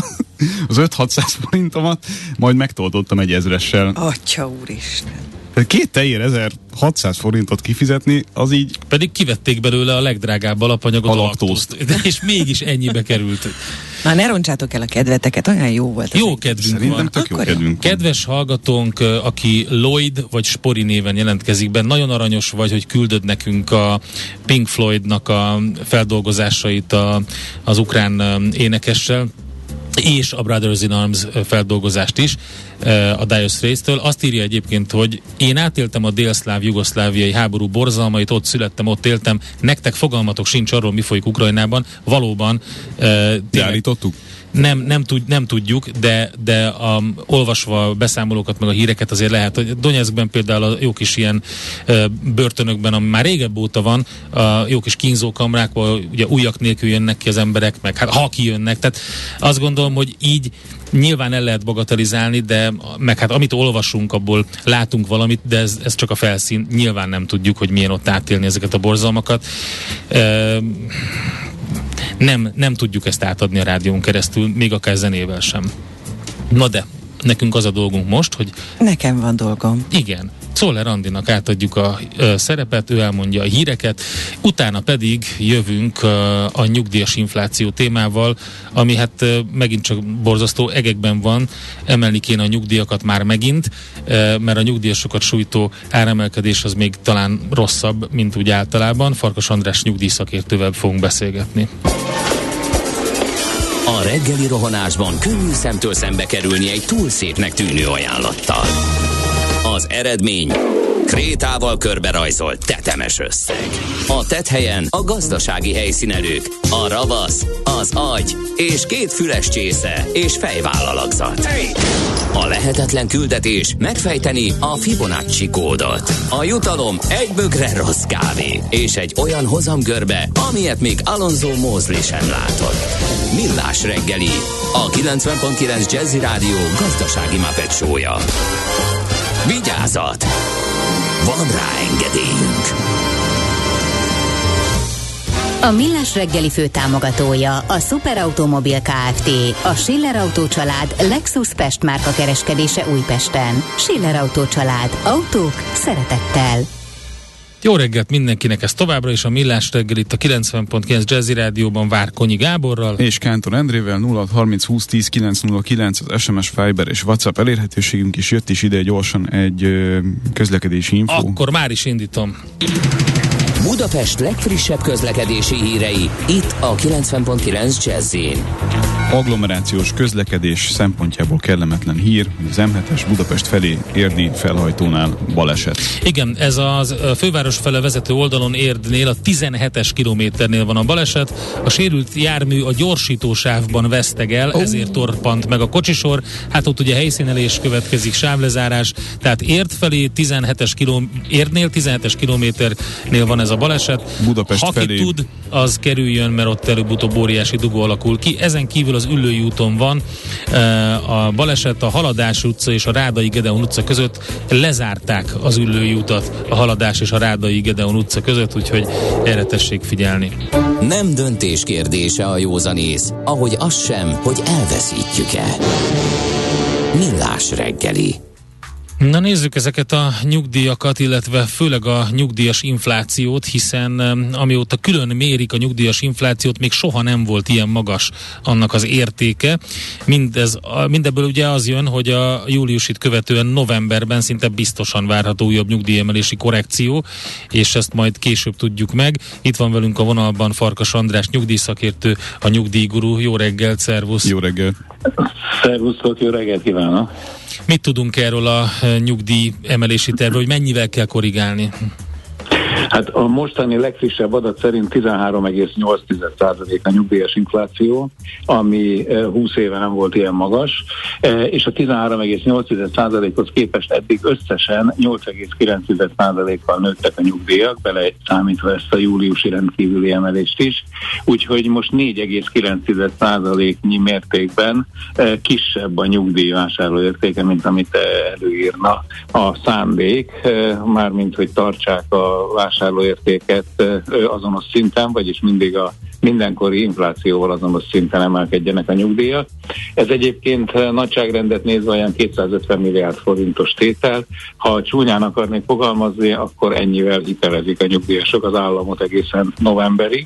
az öt-hatszáz forintomat, majd megtoltottam egy ezressel. Atya úristen. Két tejér ezerhatszáz forintot kifizetni, az így... Pedig kivették belőle a legdrágább alapanyagot, a laktózt. És mégis ennyibe került. Na, ne roncsátok el a kedveteket, olyan jó volt. Jó kedvünk Szerintem van. tök jó kedvünk Kedves hallgatónk, aki Lloyd vagy Spori néven jelentkezik be, nagyon aranyos vagy, hogy küldöd nekünk a Pink Floydnak a feldolgozásait a, az ukrán énekessel, és a Brothers in Arms feldolgozást is a Dire Straits-től. Azt írja egyébként, hogy én átéltem a délszláv-jugoszláviai háború borzalmait, ott születtem, ott éltem, nektek fogalmatok sincs arról, mi folyik Ukrajnában. Valóban állítottuk? Nem, nem, tud, nem tudjuk, de, de a, olvasva a beszámolókat, meg a híreket azért lehet, hogy Donetskben például a jó kis ilyen e, börtönökben, ami már régebb óta van, a jó kis kínzókamrákból ugye újak nélkül jönnek ki az emberek, meg hát ha kijönnek, tehát azt gondolom, hogy így nyilván el lehet bagatelizálni, de meg hát amit olvasunk, abból látunk valamit, de ez, ez csak a felszín, nyilván nem tudjuk, hogy milyen ott átélni ezeket a borzalmakat. E, Nem, nem tudjuk ezt átadni a rádión keresztül, még akár zenével sem. Na de, nekünk az a dolgunk most, hogy... Nekem van dolgom. Igen. Czoller Andinak átadjuk a ö, szerepet, ő elmondja a híreket, utána pedig jövünk ö, a nyugdíjas infláció témával, ami hát ö, megint csak borzasztó egekben van, emelni kéne a nyugdíjakat már megint, ö, mert a nyugdíjasokat sújtó áremelkedés az még talán rosszabb, mint úgy általában. Farkas András nyugdíjszakértővel fogunk beszélgetni. A reggeli rohanásban könnyű szemtől szembe kerülni egy túl szépnek tűnő ajánlattal. Az eredmény krétával körberajzolt tetemes összeg. A tetthelyen a gazdasági helyszínelők, a ravasz, az agy és két füles csésze és fejvállalakzat. A lehetetlen küldetés megfejteni a Fibonacci kódot. A jutalom egy bögre rossz kávé és egy olyan hozamgörbe, amilyet még Alonso Mosley sem látott. Millás reggeli, a kilencven pont kilenc Jazzy Rádió gazdasági Muppet show-ja. Vigyázat! Van rá engedélyünk! A Millás reggeli főtámogatója a Superautomobil Kft. A Schiller Autó család Lexus Pest márka kereskedése Újpesten. Schiller Autó család. Autók szeretettel. Jó reggelt mindenkinek, ez továbbra is a Millás reggel itt a kilencven pont kilenc Jazzy Rádióban Várkonyi Gáborral. És Kántor Endrével. Nulla hat harminc húsz tíz kilenc nulla kilenc az es em es, Viber és WhatsApp elérhetőségünk is. Jött is ide gyorsan egy ö, közlekedési info. Akkor már is indítom. Budapest legfrissebb közlekedési hírei itt a kilencven pont kilenc Jazzyn. Agglomerációs közlekedés szempontjából kellemetlen hír, az em hetes Budapest felé érdi felhajtónál baleset. Igen, ez a főváros fele vezető oldalon Érdnél, a tizenhetes kilométernél van a baleset. A sérült jármű a gyorsítósávban veszteg el, oh. ezért torpant meg a kocsisor. Hát ott ugye helyszínelés következik, sávlezárás, tehát Érd felé tizenhetes kiló, Érdnél tizenhetes kilométernél van ez a baleset. Budapest ha felé. Ki tud, az kerüljön, mert ott előbb-utóbb óriási dugó alakul ki. Ezen kívül az Üllői úton van a baleset, a Haladás utca és a Rádai Gedeon utca között lezárták az Üllői utat a Haladás és a Rádai Gedeon utca között, úgyhogy erre tessék figyelni. Nem döntés kérdése a józanész, ahogy az sem, hogy elveszítjük-e. Millás reggeli. Na nézzük ezeket a nyugdíjakat, illetve főleg a nyugdíjas inflációt, hiszen amióta külön mérik a nyugdíjas inflációt, még soha nem volt ilyen magas annak az értéke. Mindez, mindebből ugye az jön, hogy a júliusit követően novemberben szinte biztosan várható újabb nyugdíjemelési korrekció, és ezt majd később tudjuk meg. Itt van velünk a vonalban Farkas András nyugdíjszakértő, a Nyugdíjguru. Jó reggelt, szervusz! Jó reggelt! Szervusztok, jó reggelt kívánok! Mit tudunk erről a nyugdíj emelési tervről, hogy mennyivel kell korrigálni? Hát a mostani legfrissebb adat szerint tizenhárom egész nyolc százalék a nyugdíjas infláció, ami húsz éve nem volt ilyen magas, és a tizenhárom egész nyolc százalékhoz képest eddig összesen nyolc egész kilenc százalékkal nőttek a nyugdíjak, bele számítva ezt a júliusi rendkívüli emelést is, úgyhogy most négy egész kilenc százaléknyi mértékben kisebb a nyugdíjvásárlóértéke, mint amit előírna a szándék, mármint hogy tartsák a vásárlóértéket azonos szinten, vagyis mindig a mindenkori inflációval azonos szinten emelkedjenek a nyugdíjak. Ez egyébként nagyságrendet nézve olyan kétszázötven milliárd forintos tétel. Ha csúnyán akarnék fogalmazni, akkor ennyivel hitelezik a nyugdíjasok az államot egészen novemberig.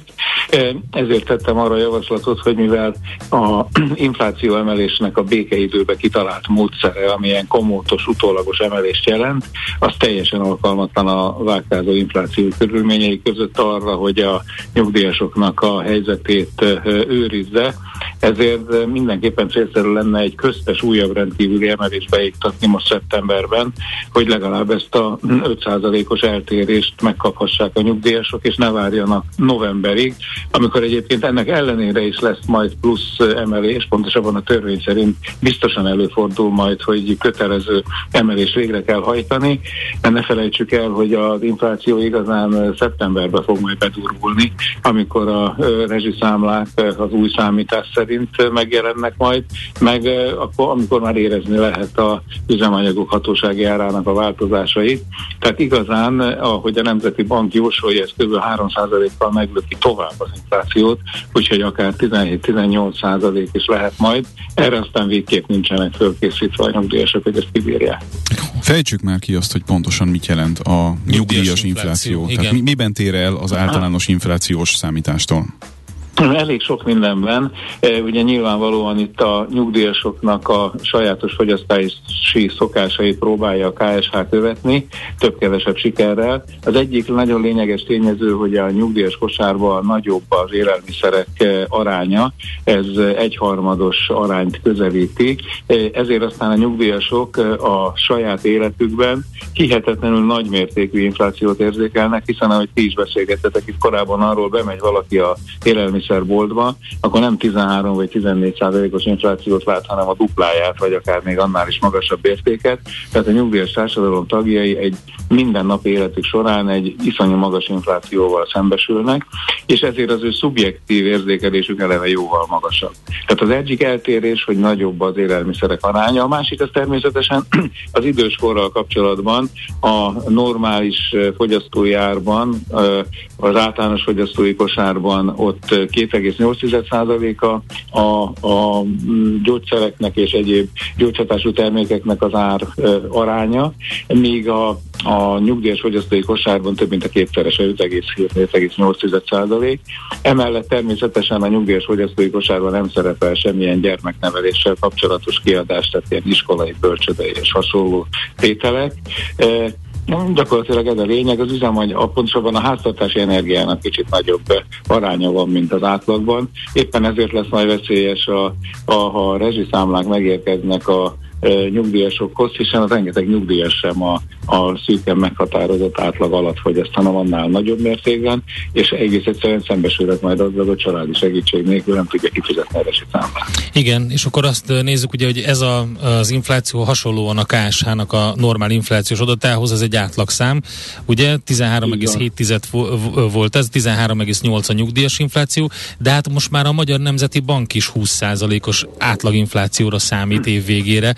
Ezért tettem arra a javaslatot, hogy mivel a infláció emelésnek a békeidőbe kitalált módszere, amilyen komótos, utólagos emelést jelent, az teljesen alkalmatlan a változó infláció körülményei között arra, hogy a nyugdíjasoknak a helyzetét őrizze. Ezért mindenképpen célszerű lenne egy köztes újabb rendkívüli emelést beiktatni most szeptemberben, hogy legalább ezt a öt százalékos eltérést megkaphassák a nyugdíjasok, és ne várjanak novemberig, amikor egyébként ennek ellenére is lesz majd plusz emelés, pontosabban a törvény szerint biztosan előfordul majd, hogy kötelező emelés végre kell hajtani, de ne felejtsük el, hogy az infláció igazán szeptemberben fog majd bedurvulni, amikor a rezsiszámlák az új számítás szerint megjelennek majd, meg akkor, amikor már érezni lehet a üzemanyagok hatósági árának a változásait. Tehát igazán, ahogy a Nemzeti Bank jósolja, ez kb. három százalékkal meglöki tovább az inflációt, úgyhogy akár tizenhét-tizennyolc százalék is lehet majd. Erre aztán végképp nincsenek fölkészítve a nyugdíjasok, hogy ezt kibírják. Fejtsük már ki azt, hogy pontosan mit jelent a nyugdíjas infláció. infláció. Tehát mi, miben tér el az általános inflációs számítástól? Elég sok mindenben. Ugye nyilvánvalóan itt a nyugdíjasoknak a sajátos fogyasztási szokásait próbálja a ká es há követni, több-kevesebb sikerrel. Az egyik nagyon lényeges tényező, hogy a nyugdíjas kosárban nagyobb az élelmiszerek aránya, ez egyharmados arányt közelíti, ezért aztán a nyugdíjasok a saját életükben hihetetlenül nagymértékű inflációt érzékelnek, hiszen ahogy ti is beszélgettetek itt korábban, arról bemegy valaki a élelmiszerboltba, akkor nem tizenhárom vagy tizennégy százalékos inflációt lát, hanem a dupláját, vagy akár még annál is magasabb értéket. Tehát a nyugdíjas társadalom tagjai egy mindennapi életük során egy iszonyú magas inflációval szembesülnek, és ezért az ő szubjektív érzékelésük eleve jóval magasabb. Tehát az egyik eltérés, hogy nagyobb az élelmiszerek aránya, a másik az természetesen az időskorral kapcsolatban a normális fogyasztói árban, az általános fogyasztói kosárban ott két egész nyolc százaléka a, a gyógyszereknek és egyéb gyógyhatású termékeknek az ár aránya, míg a, a nyugdíjas fogyasztói kosárban több mint a kétszerese, öt egész hét - öt egész nyolc százalék. Emellett természetesen a nyugdíjas fogyasztói kosárban nem szerepel semmilyen gyermekneveléssel kapcsolatos kiadás, tehát ilyen iskolai, bölcsődei és hasonló tételek. Gyakorlatilag ez a lényeg, az üzemanyag, pontosabban a háztartási energiának kicsit nagyobb aránya van, mint az átlagban. Éppen ezért lesz majd veszélyes, a, a, ha a rezsiszámlák megérkeznek a nyugdíjasokhoz, hiszen a rengeteg nyugdíjas sem a, a szűken meghatározott átlag alatt fogyaszt, hanem annál nagyobb mértékben, és egész egyszerűen szembesülhet majd azzal, hogy családi segítség nélkül nem tudja kifizetni a rezsiszámlát. Igen, és akkor azt nézzük, ugye, hogy ez a, az infláció hasonlóan a ká es há-nak a normál inflációs adatához, ez egy átlagszám, ugye tizenhárom egész hét volt ez, tizenhárom egész nyolc a nyugdíjas infláció, de hát most már a Magyar Nemzeti Bank is húsz százalékos átlaginflációra számít év végére,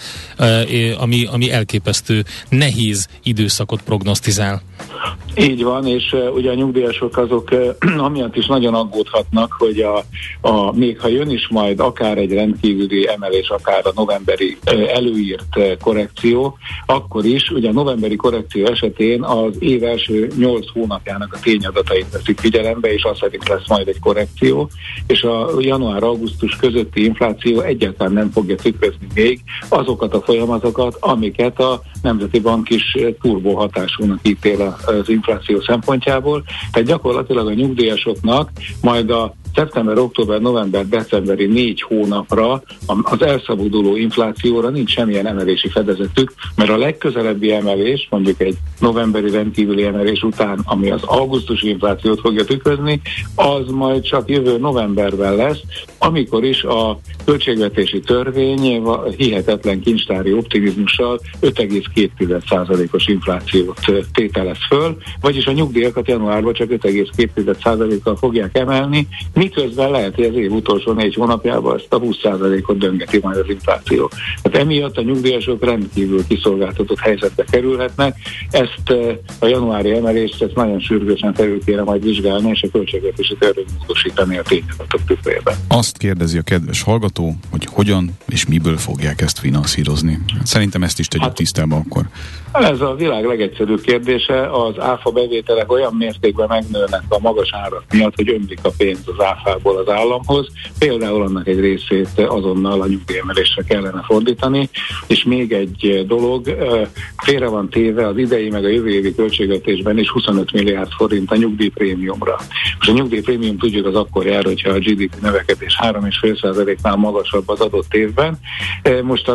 ami, ami elképesztő nehéz időszakot prognosztizál. Így van, és uh, ugye a nyugdíjasok azok uh, amiatt is nagyon aggódhatnak, hogy a, a, még ha jön is majd akár egy rendkívüli emelés, akár a novemberi uh, előírt uh, korrekció, akkor is, ugye a novemberi korrekció esetén az év első nyolc hónapjának a tényadatait veszik figyelembe, és az szerint lesz majd egy korrekció, és a január-augusztus közötti infláció egyáltalán nem fogja tükrözni még azokat a folyamatokat, amiket a Nemzeti Bank is turbó hatásúnak ítél az infláció szempontjából. Tehát gyakorlatilag a nyugdíjasoknak majd a szeptember, október, november, decemberi négy hónapra az elszabaduló inflációra nincs semmilyen emelési fedezetük, mert a legközelebbi emelés, mondjuk egy novemberi rendkívüli emelés után, ami az augusztusi inflációt fogja tükrözni, az majd csak jövő novemberben lesz, amikor is a költségvetési törvény hihetetlen kincstári optimizmussal öt egész két százalékos inflációt tételez föl, vagyis a nyugdíjakat januárban csak öt egész két százalékkal fogják emelni, miközben lehet, hogy az év utolsó négy hónapjában ezt a húsz százalékot döngeti majd az infláció. Tehát emiatt a nyugdíjasok rendkívül kiszolgáltatott helyzetbe kerülhetnek. Ezt a januári emelést ezt nagyon sürgősen felül kéne majd vizsgálni, és a költségvetési törvény módosítani a tényadatok tükrében. Azt kérdezi a kedves hallgató, hogy hogyan és miből fogják ezt finanszírozni. Szerintem ezt is tegyük hát, tisztába akkor. Ez a világ legegyszerűbb kérdése. Az áfa bevételek olyan mértékben megnőnek a magas árak miatt, hogy ömlik a pénz az áfából az államhoz. Például annak egy részét azonnal a nyugdíjemelésre kellene fordítani. És még egy dolog, félre van téve az idei meg a jövő évi költségvetésben is huszonöt milliárd forint a nyugdíjprémiumra. Most a nyugdíjprémium tudjuk az akkor jár, hogyha a gé dé pé növekedés három egész öt százaléknál magasabb az adott évben. Most a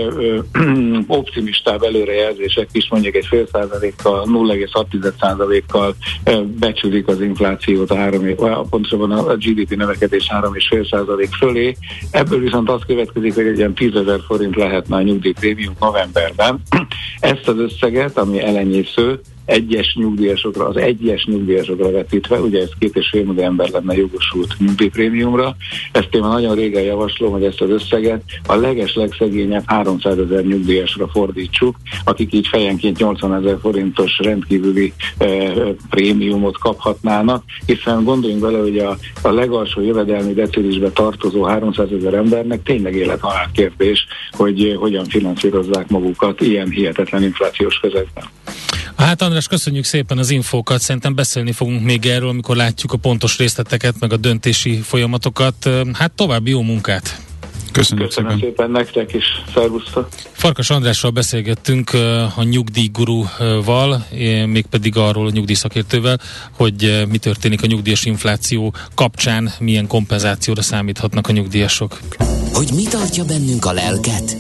legoptimistább előrejelzések is mondjuk egy fél százalékkal, nulla egész hat százalékkal becsülik az inflációt, a három, pontosabban a gé dé pé növekedés három egész öt százalék fölé. Ebből viszont az következik, hogy egy ilyen tízezer forint lehetne a nyugdíjprémium novemberben. Ezt az összeget, ami elenyésző, egyes nyugdíjasokra, az egyes nyugdíjasokra vetítve, ugye ez két és fél millió ember lenne jogosult nyugdíjprémiumra. Ezt én már nagyon régen javaslom, hogy ezt az összeget a leges legszegényebb háromszázezer nyugdíjasra fordítsuk, akik így fejenként nyolcvanezer forintos rendkívüli eh, prémiumot kaphatnának, hiszen gondoljunk bele, hogy a, a legalsó jövedelmi decilisbe tartozó háromszázezer embernek tényleg élethalál kérdés, hogy eh, hogyan finanszírozzák magukat ilyen hihetetlen inflációs közegben. Hát András, köszönjük szépen az infókat, szerintem beszélni fogunk még erről, amikor látjuk a pontos részleteket, meg a döntési folyamatokat. Hát további jó munkát! Köszönjük Köszönöm szépen. szépen nektek is, szervusztok! Farkas Andrással beszélgettünk a nyugdíjguruval, mégpedig arról a nyugdíjszakértővel, hogy mi történik a nyugdíjas infláció kapcsán, milyen kompenzációra számíthatnak a nyugdíjasok. Hogy mi tartja bennünk a lelket?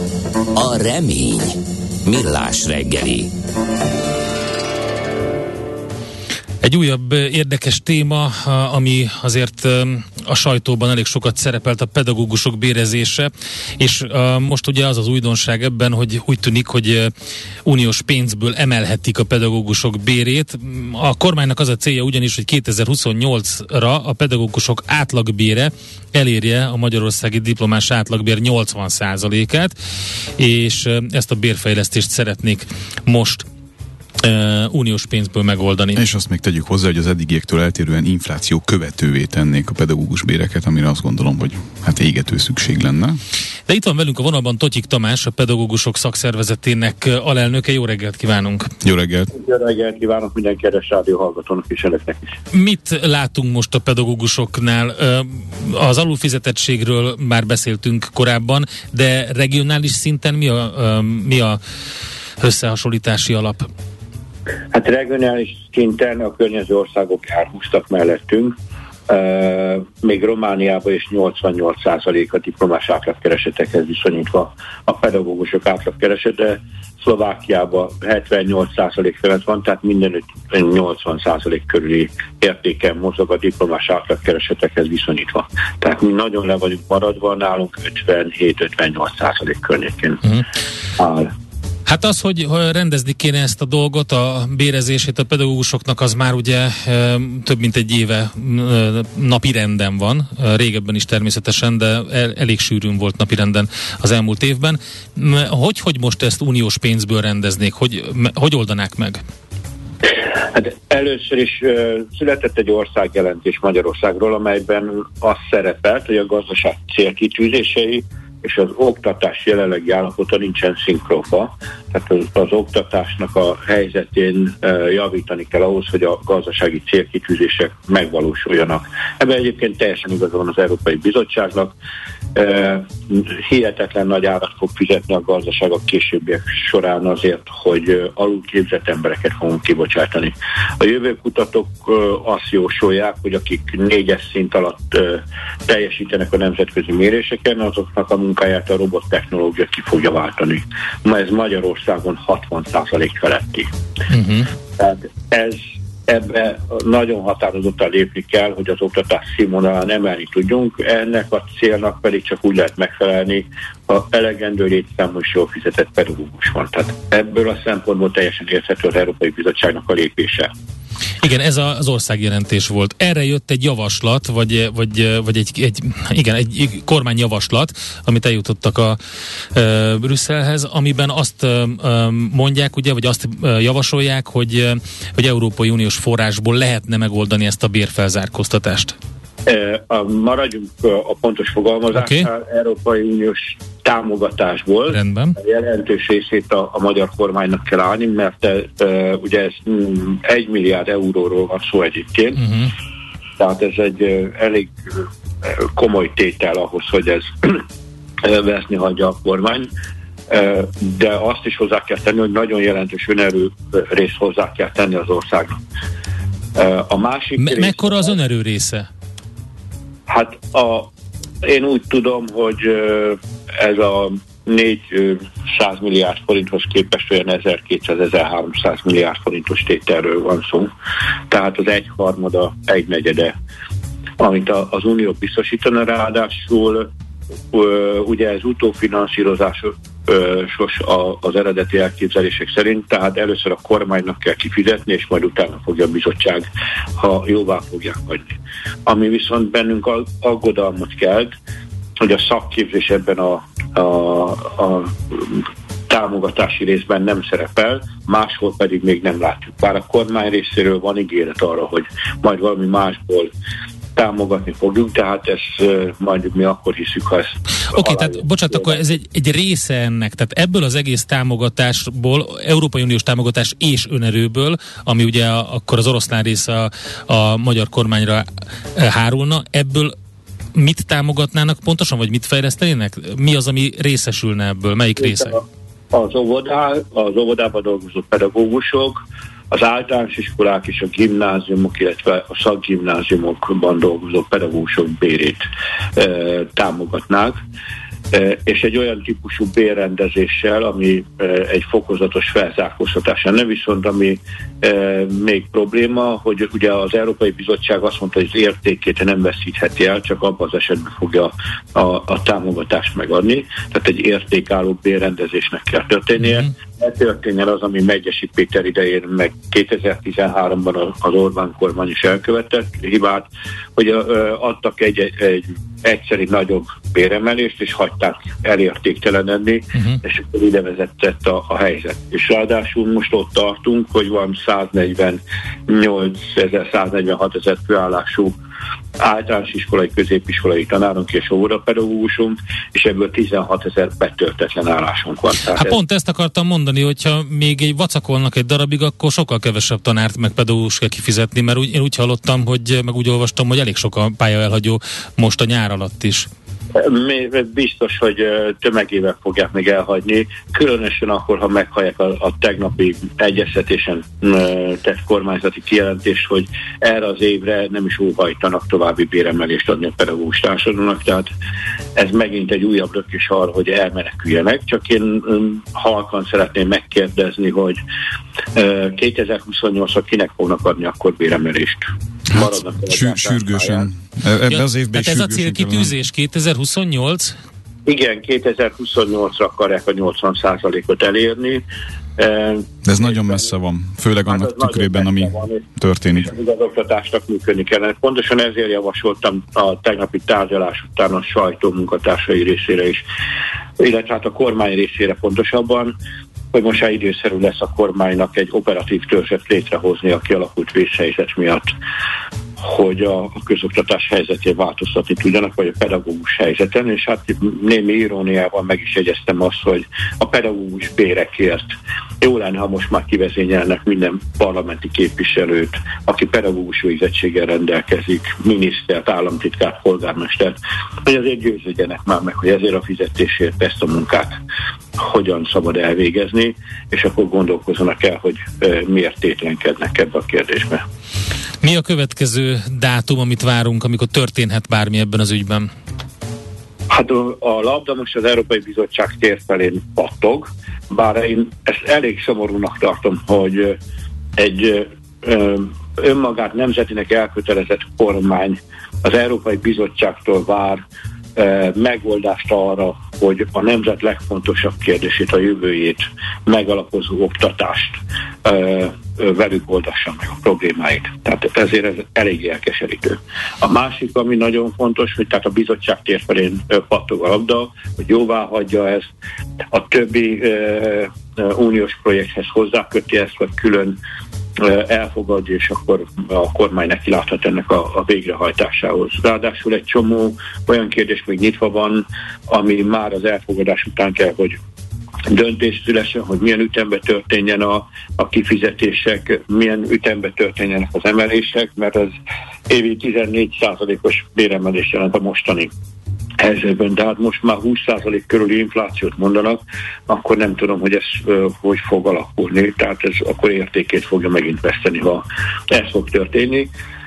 A remény. Millás reggeli. Egy újabb érdekes téma, ami azért a sajtóban elég sokat szerepelt, a pedagógusok bérezése, és most ugye az az újdonság ebben, hogy úgy tűnik, hogy uniós pénzből emelhetik a pedagógusok bérét. A kormánynak az a célja ugyanis, hogy kétezer-huszonnyolcra a pedagógusok átlagbére elérje a magyarországi diplomás átlagbér nyolcvan százalékát, és ezt a bérfejlesztést szeretnék most Uh, uniós pénzből megoldani. És azt még tegyük hozzá, hogy az eddigiektől eltérően infláció követővé tennék a pedagógus béreket, amire azt gondolom, hogy hát égető szükség lenne. De itt van velünk a vonalban Totyik Tamás, a pedagógusok szakszervezetének alelnöke. Jó reggelt kívánunk! Jó reggelt! Jó reggelt kívánok minden kedves rádió hallgatónak és önöknek is. Mit látunk most a pedagógusoknál? Az alulfizetettségről már beszéltünk korábban, de regionális szinten mi a, mi a összehasonlítási alap? Hát regionális szinten a környező országok elhúztak mellettünk, uh, még Romániában is nyolcvannyolc százalék a diplomás átlagkeresetekhez viszonyítva a pedagógusok átlagkeresete, Szlovákiában hetvennyolc százalék felett van, tehát mindenütt nyolcvan százalék körüli értéken mozog a diplomás átlagkeresetekhez viszonyítva. Tehát mi nagyon le vagyunk maradva, nálunk ötvenhét-ötvennyolc százalék környékén uh-huh. áll. Hát az, hogy rendezni kéne ezt a dolgot, a bérezését a pedagógusoknak, az már ugye e, több mint egy éve e, napirenden van, e, régebben is természetesen, de el, elég sűrűn volt napirenden az elmúlt évben. Hogy, hogy most ezt uniós pénzből rendeznék? Hogy, hogy oldanák meg? Hát először is uh, született egy országjelentés Magyarországról, amelyben az szerepelt, hogy a gazdaság célkitűzései és az oktatás jelenlegi állapota nincsen szinkronba. Tehát az, az oktatásnak a helyzetén e, javítani kell ahhoz, hogy a gazdasági célkitűzések megvalósuljanak. Ebben egyébként teljesen igaza van az Európai Bizottságnak. E, hihetetlen nagy árat fog fizetni a gazdaság a későbbiek során azért, hogy alulképzett embereket fogunk kibocsátani. A jövőkutatók e, azt jósolják, hogy akik négyes szint alatt e, teljesítenek a nemzetközi méréseken, azoknak a munkáját a robottechnológia ki fogja váltani. Ma ez Magyarországon hatvan százalék feletti. Uh-huh. Tehát ez, ebbe nagyon határozottan lépni kell, hogy az oktatás színvonalán emelni tudjunk, ennek a célnak pedig csak úgy lehet megfelelni, ha elegendő létszámú és jól fizetett pedagógus van. Tehát ebből a szempontból teljesen érthető az Európai Bizottságnak a lépése. Igen, ez az országjelentés volt. Erre jött egy javaslat, vagy, vagy, vagy egy, egy, igen, egy kormányjavaslat, amit eljutottak a e, Brüsszelhez, amiben azt e, mondják, ugye, vagy azt e, javasolják, hogy, hogy Európai Uniós forrásból lehetne megoldani ezt a bérfelzárkóztatást. A, maradjunk a pontos fogalmazásnál, okay. Európai Uniós támogatásból. Rendben. A jelentős részét a, a magyar kormánynak kell állni, mert e, ugye ez mm, egy milliárd euróról van szó egyébként. Uh-huh. Tehát ez egy e, elég komoly tétel ahhoz, hogy ez veszni hagyja a kormány. E, de azt is hozzá kell tenni, hogy nagyon jelentős önerő részt hozzá kell tenni az országnak. E, a másik Me- mekkora az önerő része? Hát a, én úgy tudom, hogy ez a négyszáz milliárd forinthoz képest olyan ezerkétszáz-ezerháromszáz milliárd forintos tételről van szó. Tehát az egyharmada, egynegyede, amit az Unió biztosítana, ráadásul ugye ez utófinanszírozás sos az eredeti elképzelések szerint, tehát először a kormánynak kell kifizetni, és majd utána fogja a bizottság, ha jóvá fogják hagyni. Ami viszont bennünk aggodalmat kelt, hogy a szakképzés ebben a, a, a támogatási részben nem szerepel, máshol pedig még nem látjuk. Bár a kormány részéről van ígéret arra, hogy majd valami másból támogatni fogjuk, tehát ezt uh, majd mi akkor hiszük, ha ezt... Oké, okay, tehát bocsánat, akkor ez egy, egy része ennek, tehát ebből az egész támogatásból, Európai Uniós támogatás és önerőből, ami ugye a, akkor az oroszlán része a, a magyar kormányra hárulna, ebből mit támogatnának pontosan, vagy mit fejlesztenének? Mi az, ami részesülne ebből? Melyik része? Az, óvodá, az óvodában dolgozó pedagógusok, az általános iskolák és a gimnáziumok, illetve a szakgimnáziumokban dolgozó pedagógusok bérét e, támogatnák, e, és egy olyan típusú bérrendezéssel, ami e, egy fokozatos felzárkóztatás lenne, viszont ami e, még probléma, hogy ugye az Európai Bizottság azt mondta, hogy az értékét nem veszítheti el, csak abban az esetben fogja a, a támogatást megadni, tehát egy értékálló bérrendezésnek kell történnie. Mm. Ne történjen az, ami Megyesi Péter idején, meg kétezer-tizenháromban az Orbán kormány is elkövetett hibát, hogy adtak egy, egy, egy egyszeri nagyobb béremelést, és hagyták elértéktelenedni, uh-huh. és akkor ide vezetett a, a helyzet. És ráadásul most ott tartunk, hogy van száznegyvennyolcezer, száznegyvenhatezer főállású általános iskolai, középiskolai tanárunk és óvodapedagógusunk, és ebből tizenhatezer betöltetlen állásunk van. Tehát hát ez... pont ezt akartam mondani, hogyha még egy vacakolnak egy darabig, akkor sokkal kevesebb tanárt meg pedagógus kell kifizetni, mert úgy, én úgy hallottam, hogy meg úgy olvastam, hogy elég sok a pályaelhagyó most a nyár alatt is. Biztos, hogy tömegével fogják még elhagyni, különösen akkor, ha meghallják a, a tegnapi egyeztetésen tett kormányzati kijelentést, hogy erre az évre nem is óhajtanak további béremelést adni a pedagógus társadalomnak, tehát ez megint egy újabb lökés arra, hogy elmeneküljenek. Csak én halkan szeretném megkérdezni, hogy kétezer-huszonnyolcra kinek fognak adni akkor béremelést? Hát, sür- sürgősen. Ebben ja, az évben hát ez a célkitűzés kétezer-huszonnyolc? Igen, kétezer-huszonnyolcra akarják a nyolcvan százalékot elérni. De ez nagyon messze van, főleg annak hát tükrében, ami van, történik. Az oktatásnak működni kellene. Pontosan ezért javasoltam a tegnapi tárgyalás után a sajtó munkatársai részére is, illetve hát a kormány részére pontosabban, hogy most már időszerű lesz a kormánynak egy operatív törzset létrehozni a kialakult vészhelyzet miatt, hogy a, a közoktatás helyzetén változtatni tudjanak, vagy a pedagógus helyzeten, és hát némi iróniával meg is jegyeztem azt, hogy a pedagógus bérekért jó lenne, ha most már kivezényelnek minden parlamenti képviselőt, aki pedagógus végzettséggel rendelkezik, minisztert, államtitkárt, polgármestert, hogy azért győződjenek már meg, hogy ezért a fizetésért ezt a munkát hogyan szabad elvégezni, és akkor gondolkozzanak el, hogy e, miért tétlenkednek ebbe a kérdésbe. Mi a következő dátum, amit várunk, amikor történhet bármi ebben az ügyben? Hát a, a labda most az Európai Bizottság tér felén pattog, bár én ezt elég szomorúnak tartom, hogy egy ö, önmagát nemzetinek elkötelezett kormány az Európai Bizottságtól vár ö, megoldást arra, hogy a nemzet legfontosabb kérdését, a jövőjét megalapozó oktatást ö, ö, velük oldassa meg a problémáit. Tehát ezért ez elég elkeserítő. A másik, ami nagyon fontos, hogy tehát a bizottság tér felén ö, pattog a labda, hogy jóvá hagyja ezt, a többi ö, ö, uniós projekthez hozzáköti ezt, vagy külön elfogadja, és akkor a kormány neki láthat ennek a, a végrehajtásához. Ráadásul egy csomó olyan kérdés még nyitva van, ami már az elfogadás után kell, hogy döntés szülessen, hogy milyen ütemben történjen a, a kifizetések, milyen ütemben történjenek az emelések, mert az évi tizennégy százalékos béremelés jelent a mostani helyzetben, de hát most már húsz százalék körüli inflációt mondanak, akkor nem tudom, hogy ez uh, hogy fog alakulni, tehát ez akkor értékét fogja megint veszteni, ha ez fog történni.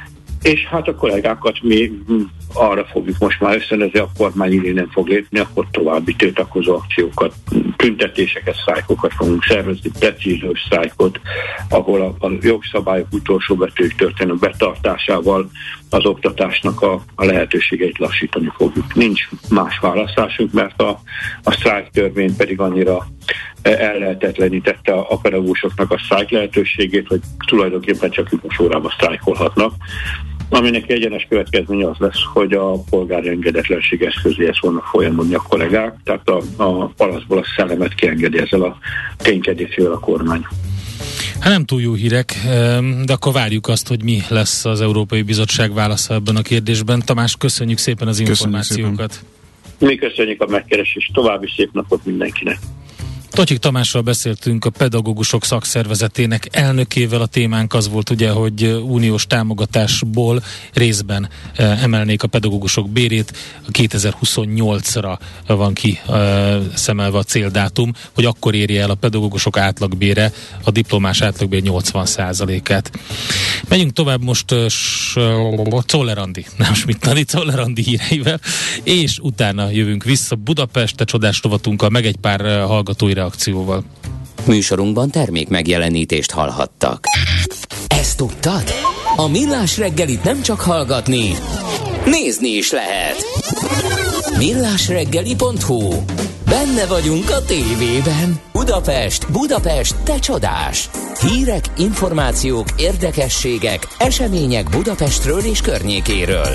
És hát a kollégákat mi arra fogjuk most már ösztönözni, a kormány idén nem fog lépni, akkor további tiltakozó akciókat, tüntetéseket, sztrájkokat fogunk szervezni, precíziós sztrájkot, ahol a, a jogszabályok utolsó betűk történő betartásával az oktatásnak a, a lehetőségeit lassítani fogjuk. Nincs más választásunk, mert a, a sztrájk törvény pedig annyira ellehetetlenítette a, a pedagógusoknak a sztrájk lehetőségét, hogy tulajdonképpen csak üres órában sztrájkolhatnak, aminek egyenes következménye az lesz, hogy a polgári engedetlenség eszközéhez fognak folyamodni a kollégák, tehát a, a palaszból a szellemet kiengedi ezzel a ténykedésével a kormány. Hát nem túl jó hírek, de akkor várjuk azt, hogy mi lesz az Európai Bizottság válasza ebben a kérdésben. Tamás, köszönjük szépen az információkat. Mi köszönjük a megkeresést, további szép napot mindenkinek. Totyik Tamással beszéltünk, a pedagógusok szakszervezetének elnökével. A témánk az volt ugye, hogy uniós támogatásból részben eh, emelnék a pedagógusok bérét. kétezer-huszonnyolcra van ki eh, szemelve a céldátum, hogy akkor érje el a pedagógusok átlagbére, a diplomás átlagbér nyolcvan százalékát. Megyünk tovább most uh, Czoller Andi, nem Schmidt-Andi, Czoller Andi híreivel, és utána jövünk vissza Budapestre csodás rovatunkkal, meg egy pár uh, hallgatói reakcióval. Műsorunkban termék megjelenítést hallhattak. Ezt tudtad? A Millás reggelit nem csak hallgatni, nézni is lehet. millásreggeli pont hu. Benne vagyunk a tévében. Budapest, Budapest, te csodás! Hírek, információk, érdekességek, események Budapestről és környékéről.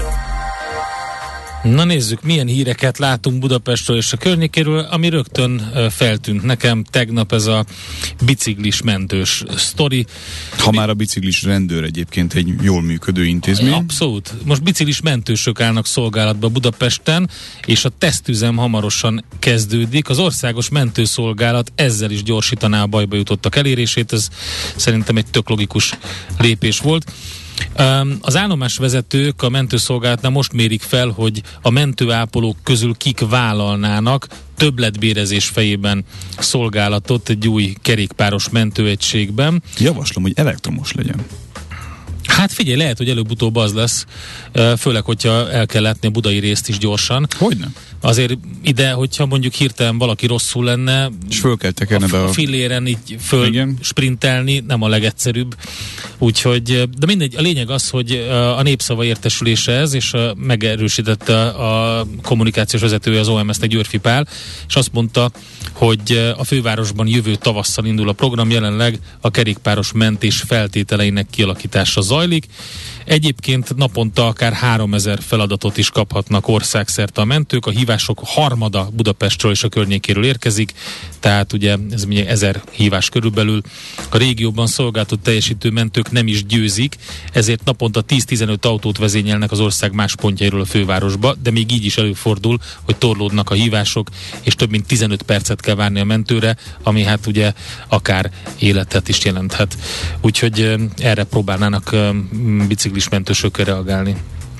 Na nézzük, milyen híreket látunk Budapestről és a környékéről, ami rögtön feltűnt nekem tegnap, ez a biciklis mentős sztori. Ha már a biciklis rendőr egyébként egy jól működő intézmény. Abszolút. Most biciklis mentősök állnak szolgálatba Budapesten, és a tesztüzem hamarosan kezdődik. Az országos mentőszolgálat ezzel is gyorsítaná a bajba jutottak elérését, ez szerintem egy tök logikus lépés volt. Az állomásvezetők a mentőszolgálatnál most mérik fel, hogy a mentőápolók közül kik vállalnának többletbérezés fejében szolgálatot egy új kerékpáros mentőegységben. Javaslom, hogy elektromos legyen. Hát figyelj, lehet, hogy előbb-utóbb az lesz, főleg, hogyha el kell látni a budai részt is gyorsan. Hogyne? Azért ide, hogyha mondjuk hirtelen valaki rosszul lenne, és föl kell tekerned a, a... a filléren így föl igen. sprintelni, nem a legegyszerűbb. Úgyhogy, de mindegy, a lényeg az, hogy a Népszava értesülése ez, és megerősítette a kommunikációs vezetője az o em es-nek, Györfi Pál, és azt mondta, hogy a fővárosban jövő tavasszal indul a program, jelenleg a kerékpáros mentés feltételeinek kialakítása zajlik. Egyébként naponta akár háromezer feladatot is kaphatnak országszerte a mentők, a hívások harmada Budapestről és a környékéről érkezik, tehát ugye ez mindjárt ezer hívás körülbelül. A régióban szolgálatot teljesítő mentők nem is győzik, ezért naponta tíz-tizenöt autót vezényelnek az ország más pontjairól a fővárosba, de még így is előfordul, hogy torlódnak a hívások, és több mint tizenöt percet kell várni a mentőre, ami hát ugye akár életet is jelenthet. Úgyhogy erre próbálnának biciklis mentősökkel reagálni.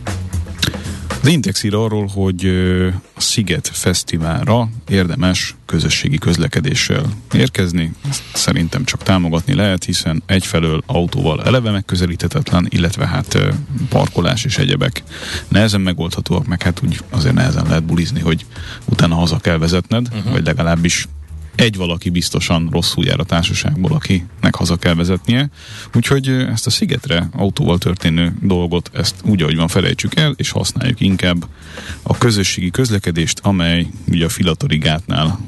Az Index ír arról, hogy a Sziget Fesztiválra érdemes közösségi közlekedéssel érkezni. Ezt szerintem csak támogatni lehet, hiszen egyfelől autóval eleve megközelíthetetlen, illetve hát parkolás és egyebek nehezen megoldhatóak, meg hát úgy azért nehezen lehet bulizni, hogy utána haza kell vezetned, uh-huh. vagy legalábbis egy valaki biztosan rosszul jár a társaságból, akinek haza kell vezetnie. Úgyhogy ezt a Szigetre autóval történő dolgot, ezt úgy, ahogy van, felejtsük el, és használjuk inkább a közösségi közlekedést, amely ugye a Filatori gátnál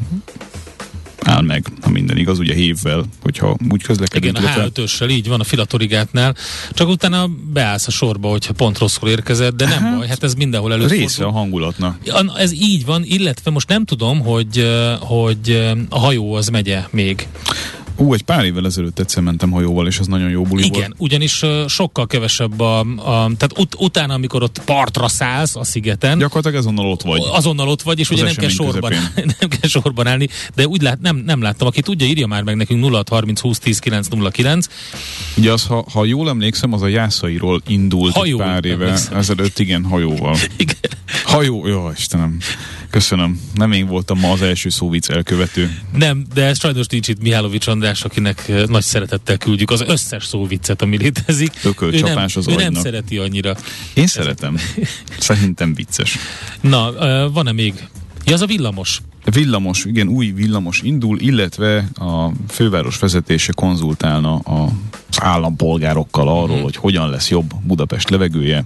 áll meg, ha minden igaz, ugye hévvel, hogyha úgy közlekedünk. Igen, a há ötössel így van a Filatori gátnál, csak utána beállsz a sorba, hogyha pont rosszul érkezett, de nem hát, baj, hát ez mindenhol előfordul. Része a hangulatnak. Ez így van, illetve most nem tudom, hogy, hogy a hajó az megye még. Ú, egy pár évvel ezelőtt egyszer mentem hajóval, és az nagyon jó buli Igen, volt. ugyanis uh, sokkal kevesebb a, a tehát ut- utána, amikor ott partra szállsz a szigeten, gyakorlatilag azonnal ott vagy. Azonnal ott vagy, és az ugye nem kell, sorban, nem kell sorban állni, de úgy lát, nem, nem láttam, aki tudja, írja már meg nekünk nulla hat harminc húsz tíz kilenc nulla kilenc. Ugye az, ha, ha jól emlékszem, az a Jászairól indult hajó, pár éve ezelőtt, igen, hajóval. Igen. Hajó, jó, Istenem. Köszönöm. Nem én voltam ma az első szóvic elkövető. Nem, de sajnos nincs itt Mihálovics András, akinek nagy szeretettel küldjük az összes szóviccet, ami létezik. Ökölcsapás az ő agynak. nem szereti annyira. Én szeretem. Szerintem vicces. Na, uh, van-e még? Ja, az a villamos. Villamos, igen, új villamos indul, illetve a főváros vezetése konzultálna az állampolgárokkal arról, hmm. hogy hogyan lesz jobb Budapest levegője.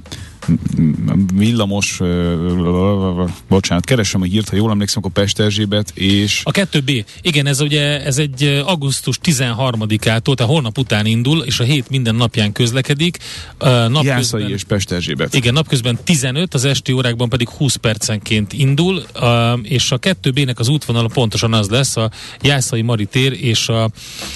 Villamos, bocsánat, keresem a hírt, ha jól emlékszem, a Pest Erzsébet és... A kettő bé. Igen, ez ugye ez egy augusztus tizenharmadikától, tehát holnap után indul, és a hét minden napján közlekedik. Napközben, Jászai és Pest Erzsébet. Igen, napközben tizenöt, az esti órákban pedig húsz percenként indul, és a kettő bének az útvonala pontosan az lesz, a Jászai Mari tér és a,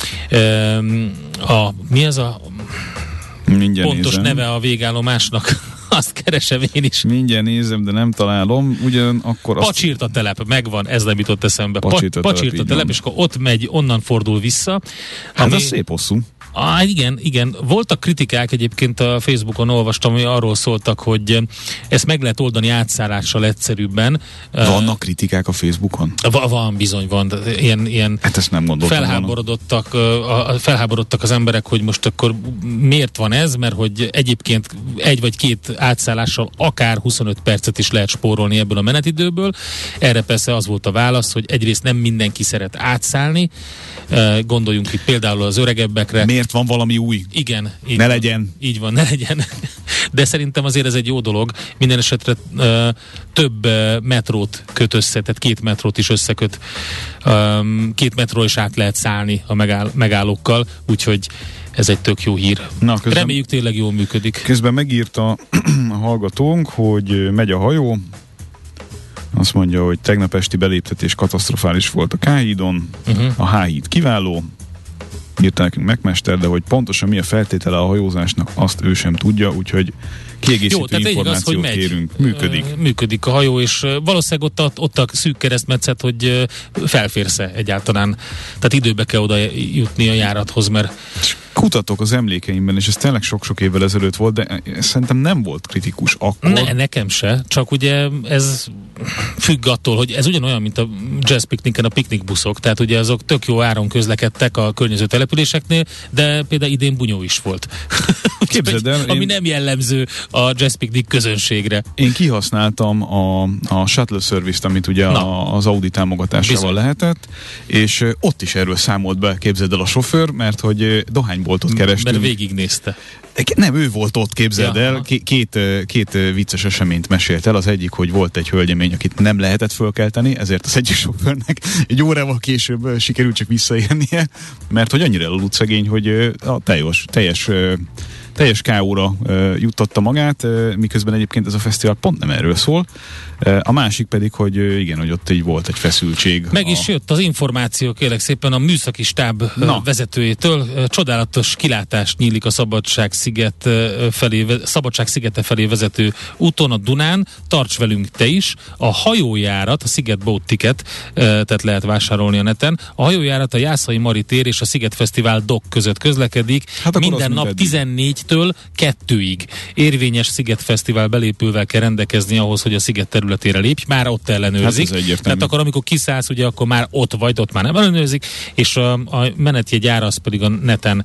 a mi ez a mindjárt pontos nézem. Neve a végállomásnak? Azt keresem én is. Mindjárt nézem, de nem találom. Ugyanakkor azt... Pacsirta telep, megvan, ez nem jutott eszembe. Pacsirta telep, Pacsirta telep, és akkor ott megy, onnan fordul vissza. Hát ami... ez szép hosszú. Ah, igen, igen. Voltak kritikák egyébként a Facebookon, olvastam, hogy arról szóltak, hogy ezt meg lehet oldani átszállással egyszerűbben. Vannak kritikák a Facebookon? Va- van, bizony van. Ilyen, ilyen hát ezt nem gondoltam. Felháborodottak, a, felháborodtak az emberek, hogy most akkor miért van ez, mert hogy egyébként egy vagy két átszállással akár huszonöt percet is lehet spórolni ebből a menetidőből. Erre persze az volt a válasz, hogy egyrészt nem mindenki szeret átszállni. Gondoljunk itt például az öregebbekre. Miért van valami új? Igen. Így ne van. legyen. Így van, ne legyen. De szerintem azért ez egy jó dolog. Minden esetre uh, több uh, metrót köt össze, tehát két metrót is összeköt. Um, két metról is át lehet szállni a megáll- megállókkal, úgyhogy ez egy tök jó hír. Na, közben, reméljük tényleg jól működik. Közben megírta a hallgatónk, hogy megy a hajó. Azt mondja, hogy tegnap esti beléptetés katasztrofális volt a K-hídon. Uh-huh. A H-híd kiváló. Írta nekünk megmester, de hogy pontosan mi a feltétele a hajózásnak, azt ő sem tudja, úgyhogy kiegészítő jó, információt az, hogy kérünk. Működik. Uh, működik a hajó, és uh, valószínűleg ott a, ott a szűk keresztmetszet, hogy uh, felférsz-e egyáltalán. Tehát időbe kell oda jutni a járathoz, mert kutatok az emlékeimben, és ez tényleg sok-sok évvel ezelőtt volt, de szerintem nem volt kritikus akkor. Ne, nekem se, csak ugye ez függ attól, hogy ez ugyanolyan, mint a jazz pikniken a piknikbuszok, tehát ugye azok tök jó áron közlekedtek a környező településeknél, de például idén bunyó is volt. Képzeld el, ami én, nem jellemző a jazz piknik közönségre. Én kihasználtam a, a shuttle service-t, amit ugye a, az Audi támogatásával Bizony. lehetett, és ott is erről számolt be, képzeld el a sofőr, mert hogy dohányboltot kerestünk. Mert végignézte. Nem, ő volt ott, képzeld ja, el. Két, két vicces eseményt mesélt el. Az egyik, hogy volt egy hölgyemény, akit nem lehetett fölkelteni, ezért az egyik sofőrnek egy órával később sikerült csak visszaérnie, mert hogy annyira elaludt szegény, hogy a teljes, teljes teljes ká óra uh, juttatta magát, uh, miközben egyébként ez a fesztivál pont nem erről szól. Uh, a másik pedig, hogy uh, igen, hogy ott így volt egy feszültség. Meg a... is jött az információ, kérlek szépen, a műszaki stáb Na. vezetőjétől. Csodálatos kilátást nyílik a Szabadság-sziget felé, Szabadság-szigete felé vezető úton, a Dunán. Tarts velünk te is. A hajójárat, a Sziget Boat Ticket, tehát lehet vásárolni a neten. A hajójárat a Jászai Mari tér és a Sziget Fesztivál dock között közlekedik. Hát minden nap tizennégytől kettőig. Érvényes Sziget Fesztivál belépővel kell rendelkezni ahhoz, hogy a sziget területére lépj. Már ott ellenőrzik. Hát tehát akkor, amikor kiszállsz, ugye akkor már ott vagy, ott már nem ellenőrzik, és a, a menetjegy ára az pedig a neten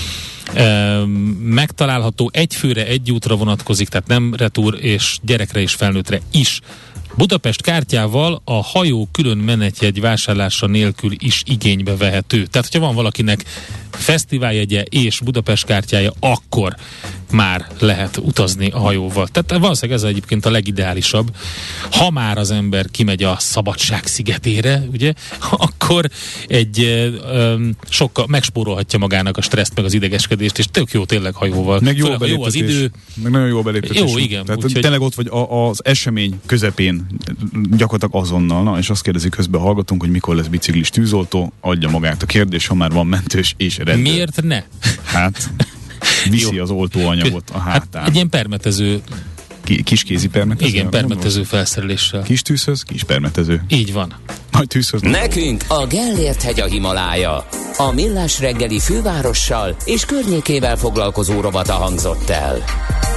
e, megtalálható. Egy főre, egy útra vonatkozik, tehát nem retúr, és gyerekre és felnőttre is. Budapest kártyával a hajó külön menetjegy vásárlása nélkül is igénybe vehető. Tehát, hogyha van valakinek fesztiváljegye és Budapest kártyája, akkor már lehet utazni a hajóval. Tehát valószínűleg ez egyébként a legideálisabb. Ha már az ember kimegy a Szabadság szigetére, ugye, akkor egy ö, sokkal megspórolhatja magának a stresszt, meg az idegeskedést, és tök jó tényleg hajóval. Meg jó, jó az idő. Meg nagyon jó beléptetés. Jó, igen. Tehát úgy, tényleg ott vagy a, az esemény közepén gyakorlatilag azonnal, na, és azt kérdezik közben hallgatunk, hogy mikor lesz biciklis tűzoltó, adja magát a kérdés, ha már van mentős és rendőr. Miért ne? Hát viszi az oltóanyagot a hátán. Hát egy ilyen permetező. Ki, kiskézi permetező? Igen, permetező felszereléssel. Kis tűzhöz, kis permetező. Így van. Nagy tűzhöz. Nekünk a Gellért hegy a Himalája. A Millás reggeli fővárossal és környékével foglalkozó rovata hangzott el.